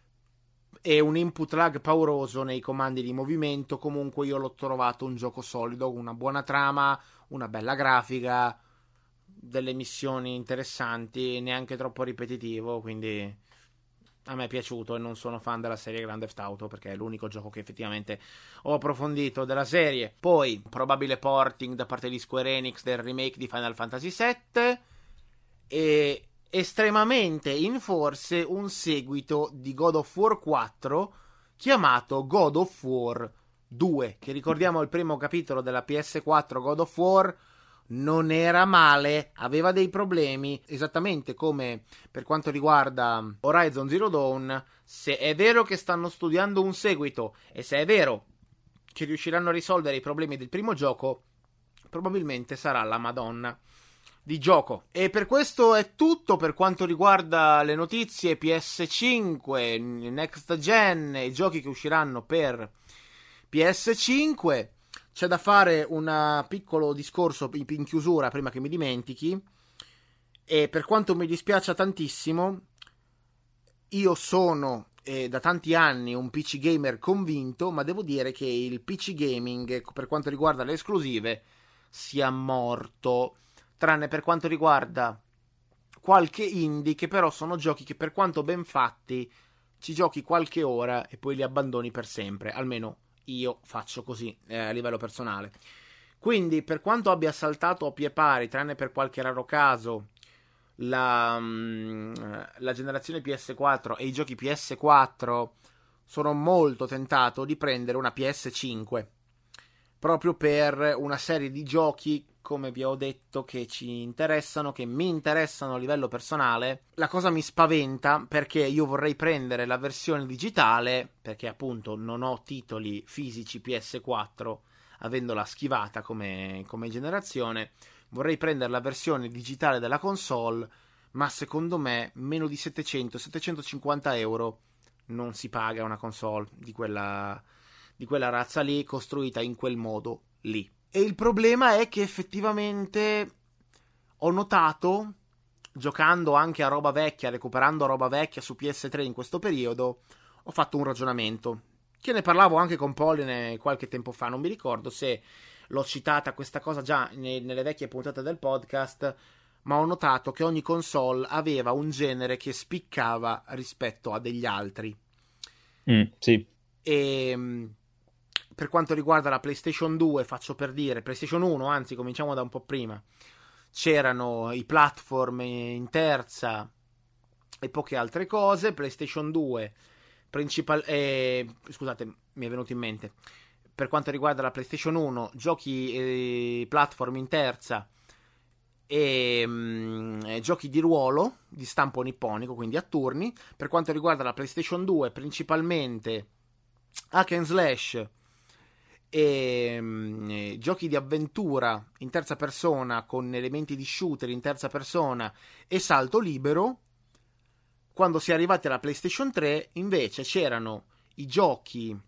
E un input lag pauroso nei comandi di movimento. Comunque io l'ho trovato un gioco solido, una buona trama, una bella grafica, delle missioni interessanti, neanche troppo ripetitivo, quindi a me è piaciuto e non sono fan della serie Grand Theft Auto perché è l'unico gioco che effettivamente ho approfondito della serie. Poi, probabile porting da parte di Square Enix del remake di Final Fantasy sette e estremamente in forse un seguito di God of War quattro chiamato God of War due, che ricordiamo il primo capitolo della P S quattro God of War non era male, aveva dei problemi, esattamente come per quanto riguarda Horizon Zero Dawn. Se è vero che stanno studiando un seguito e se è vero che riusciranno a risolvere i problemi del primo gioco, probabilmente sarà la Madonna di gioco. E per questo è tutto per quanto riguarda le notizie P S cinque, Next Gen, i giochi che usciranno per P S cinque. C'è da fare un piccolo discorso in chiusura prima che mi dimentichi. E per quanto mi dispiaccia tantissimo, io sono eh, da tanti anni un P C gamer convinto, ma devo dire che il P C gaming, per quanto riguarda le esclusive, sia morto. Tranne per quanto riguarda qualche indie, che però sono giochi che, per quanto ben fatti, ci giochi qualche ora e poi li abbandoni per sempre. Almeno io faccio così eh, a livello personale. Quindi, per quanto abbia saltato a pie pari, tranne per qualche raro caso, la, mm, la generazione P S quattro e i giochi P S quattro sono molto tentato di prendere una P S cinque, proprio per una serie di giochi, come vi ho detto, che ci interessano, che mi interessano a livello personale. La cosa mi spaventa perché io vorrei prendere la versione digitale, perché appunto non ho titoli fisici P S quattro, avendola schivata come, come generazione. Vorrei prendere la versione digitale della console, ma secondo me meno di settecento settecentocinquanta euro non si paga una console di quella, di quella razza lì, costruita in quel modo lì. E il problema è che effettivamente ho notato, giocando anche a roba vecchia, recuperando roba vecchia su P S tre in questo periodo, ho fatto un ragionamento, che ne parlavo anche con Polline qualche tempo fa, non mi ricordo se l'ho citata questa cosa già ne, nelle vecchie puntate del podcast, ma ho notato che ogni console aveva un genere che spiccava rispetto a degli altri. Mm, sì. E per quanto riguarda la PlayStation due, faccio per dire, PlayStation uno, anzi cominciamo da un po' prima, c'erano i platform in terza e poche altre cose. PlayStation due, principal- eh, scusate, mi è venuto in mente, per quanto riguarda la PlayStation uno, giochi eh, platform in terza e mh, giochi di ruolo di stampo nipponico, quindi a turni. Per quanto riguarda la PlayStation due, principalmente hack and slash e mh, giochi di avventura in terza persona con elementi di shooter in terza persona e salto libero. Quando si è arrivati alla PlayStation tre invece c'erano i giochi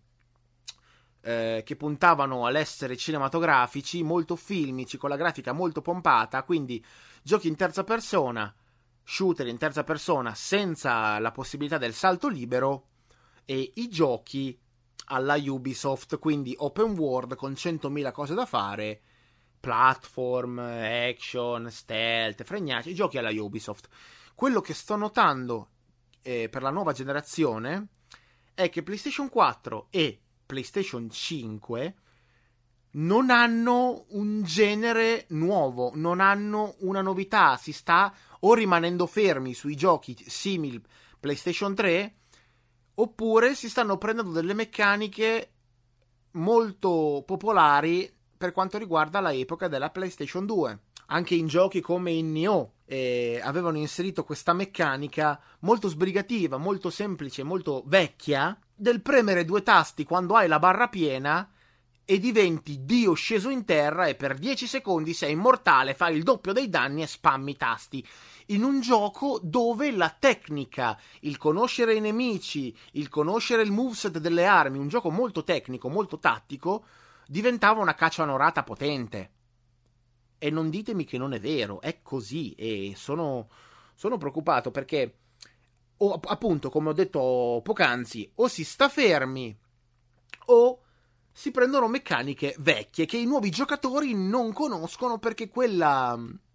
eh, che puntavano all'essere cinematografici, molto filmici, con la grafica molto pompata, quindi giochi in terza persona, shooter in terza persona senza la possibilità del salto libero, e i giochi alla Ubisoft, quindi open world con centomila cose da fare, platform, action, stealth, fregnacci, giochi alla Ubisoft. Quello che sto notando eh, per la nuova generazione è che PlayStation quattro e PlayStation cinque non hanno un genere nuovo, non hanno una novità, si sta o rimanendo fermi sui giochi simili PlayStation tre, oppure si stanno prendendo delle meccaniche molto popolari per quanto riguarda la epoca della PlayStation due. Anche in giochi come in Nioh eh, avevano inserito questa meccanica molto sbrigativa, molto semplice, molto vecchia, del premere due tasti quando hai la barra piena e diventi Dio sceso in terra e per dieci secondi sei immortale, fai il doppio dei danni e spammi i tasti. In un gioco dove la tecnica, il conoscere i nemici, il conoscere il moveset delle armi, un gioco molto tecnico, molto tattico, diventava una caccia onorata potente. E non ditemi che non è vero, è così, e sono, sono preoccupato perché, o, appunto, come ho detto poc'anzi, o si sta fermi o si prendono meccaniche vecchie che i nuovi giocatori non conoscono, perché quella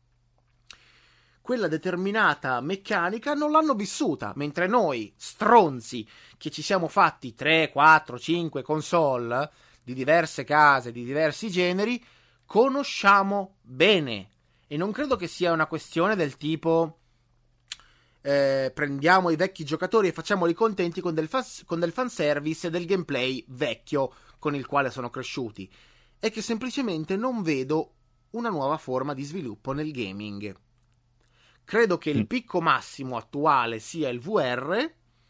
quella determinata meccanica non l'hanno vissuta, mentre noi, stronzi, che ci siamo fatti tre, quattro, cinque console di diverse case, di diversi generi, conosciamo bene. E non credo che sia una questione del tipo eh, prendiamo i vecchi giocatori e facciamoli contenti con del, fa- con del fanservice e del gameplay vecchio con il quale sono cresciuti. È che semplicemente non vedo una nuova forma di sviluppo nel gaming. Credo che il picco massimo attuale sia il V R,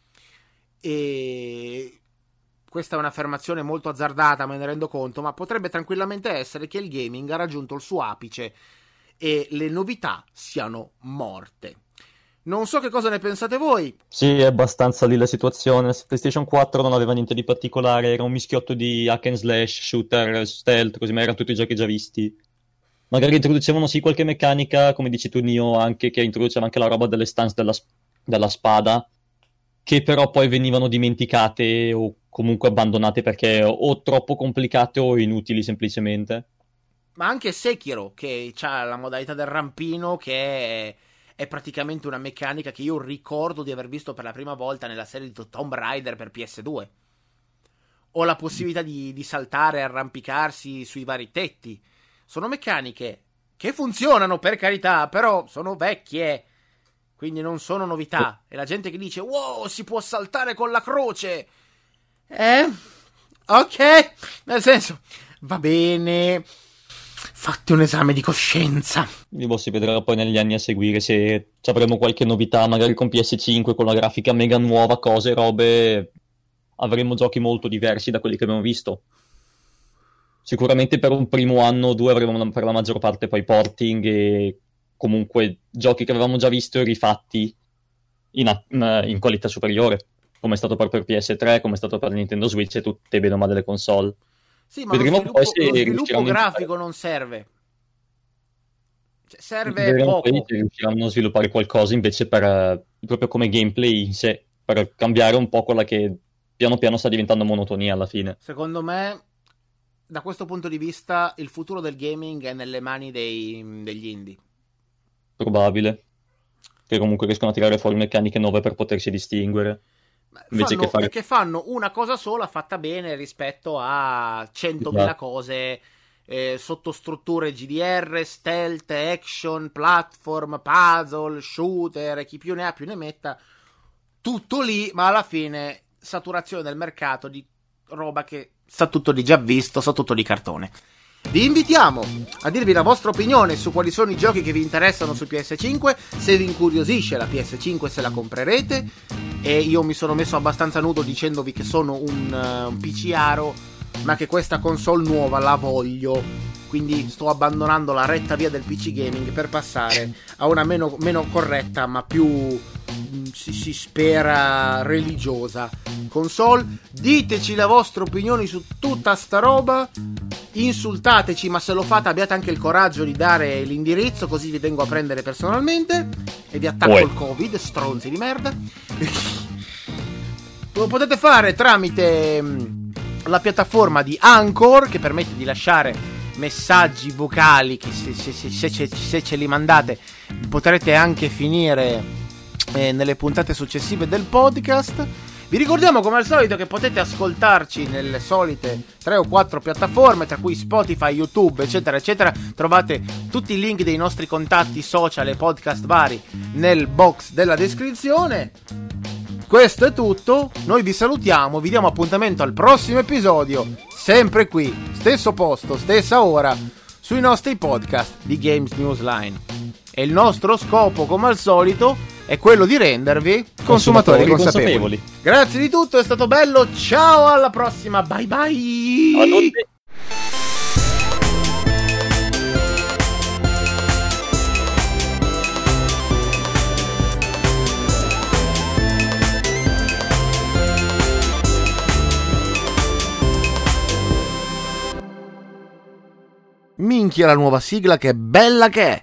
e questa è un'affermazione molto azzardata, me ne rendo conto, ma potrebbe tranquillamente essere che il gaming ha raggiunto il suo apice e le novità siano morte. Non so che cosa ne pensate voi. Sì, è abbastanza lì la situazione. PlayStation quattro non aveva niente di particolare, era un mischiotto di hack and slash, shooter, stealth, così, ma erano tutti giochi già visti. Magari introducevano sì qualche meccanica, come dici tu Nioh, anche che introduceva anche la roba delle stance della, della spada, che però poi venivano dimenticate o comunque abbandonate perché o troppo complicate o inutili semplicemente. Ma anche Sekiro, che ha la modalità del rampino, che è, è praticamente una meccanica che io ricordo di aver visto per la prima volta nella serie di Tomb Raider per P S due. O la possibilità di, di saltare e arrampicarsi sui vari tetti. Sono meccaniche che funzionano, per carità, però sono vecchie, quindi non sono novità. E la gente che dice wow, si può saltare con la croce, Eh? Ok, nel senso, va bene, fatti un esame di coscienza. Boh, si vedrà poi negli anni a seguire se avremo qualche novità, magari con P S cinque, con la grafica mega nuova, cose, robe, avremo giochi molto diversi da quelli che abbiamo visto. Sicuramente per un primo anno o due avremo per la maggior parte poi porting e comunque giochi che avevamo già visto e rifatti in, a- in qualità superiore, come è stato per, per P S tre, come è stato per Nintendo Switch e tutte bene o male le console. Sì, ma Vedremo lo sviluppo, poi se lo sviluppo riusciranno grafico a... non serve. Cioè, serve Vedremo poi poco. se riusciranno a sviluppare qualcosa invece per, eh, proprio come gameplay in sé, per cambiare un po' quella che piano piano sta diventando monotonia alla fine. Secondo me, da questo punto di vista, il futuro del gaming è nelle mani dei, degli indie. Probabile. Che comunque riescono a tirare fuori meccaniche nuove per potersi distinguere. Invece Fanno, che fare... che fanno una cosa sola fatta bene rispetto a centomila Esatto. cose, eh, sottostrutture G D R, stealth, action, platform, puzzle, shooter, chi più ne ha più ne metta, tutto lì, ma alla fine saturazione del mercato di roba che sa tutto di già visto, sa tutto di cartone. Vi invitiamo a dirvi la vostra opinione su quali sono i giochi che vi interessano su P S cinque, se vi incuriosisce la P S cinque, se la comprerete. E io mi sono messo abbastanza nudo dicendovi che sono un, uh, un PCaro, ma che questa console nuova la voglio. Quindi sto abbandonando la retta via del P C gaming per passare a una meno, meno corretta, ma più mh, si, si spera religiosa console. Diteci le vostre opinioni su tutta sta roba. Insultateci, ma se lo fate abbiate anche il coraggio di dare l'indirizzo, così vi vengo a prendere personalmente e vi attacco Uè. il Covid, stronzi di merda. Lo potete fare tramite mh, la piattaforma di Anchor, che permette di lasciare messaggi vocali che se, se, se, se, ce, se ce li mandate potrete anche finire eh, nelle puntate successive del podcast. Vi ricordiamo come al solito che potete ascoltarci nelle solite tre o quattro piattaforme, tra cui Spotify, YouTube, eccetera, eccetera. Trovate tutti i link dei nostri contatti social e podcast vari nel box della descrizione. Questo è tutto, noi vi salutiamo, vi diamo appuntamento al prossimo episodio, sempre qui, stesso posto, stessa ora, sui nostri podcast di Games Newsline. E il nostro scopo, come al solito, è quello di rendervi consumatori, consumatori consapevoli. consapevoli. Grazie di tutto, è stato bello, ciao, alla prossima, bye bye! Ciao a tutti! Minchia la nuova sigla, che bella che è!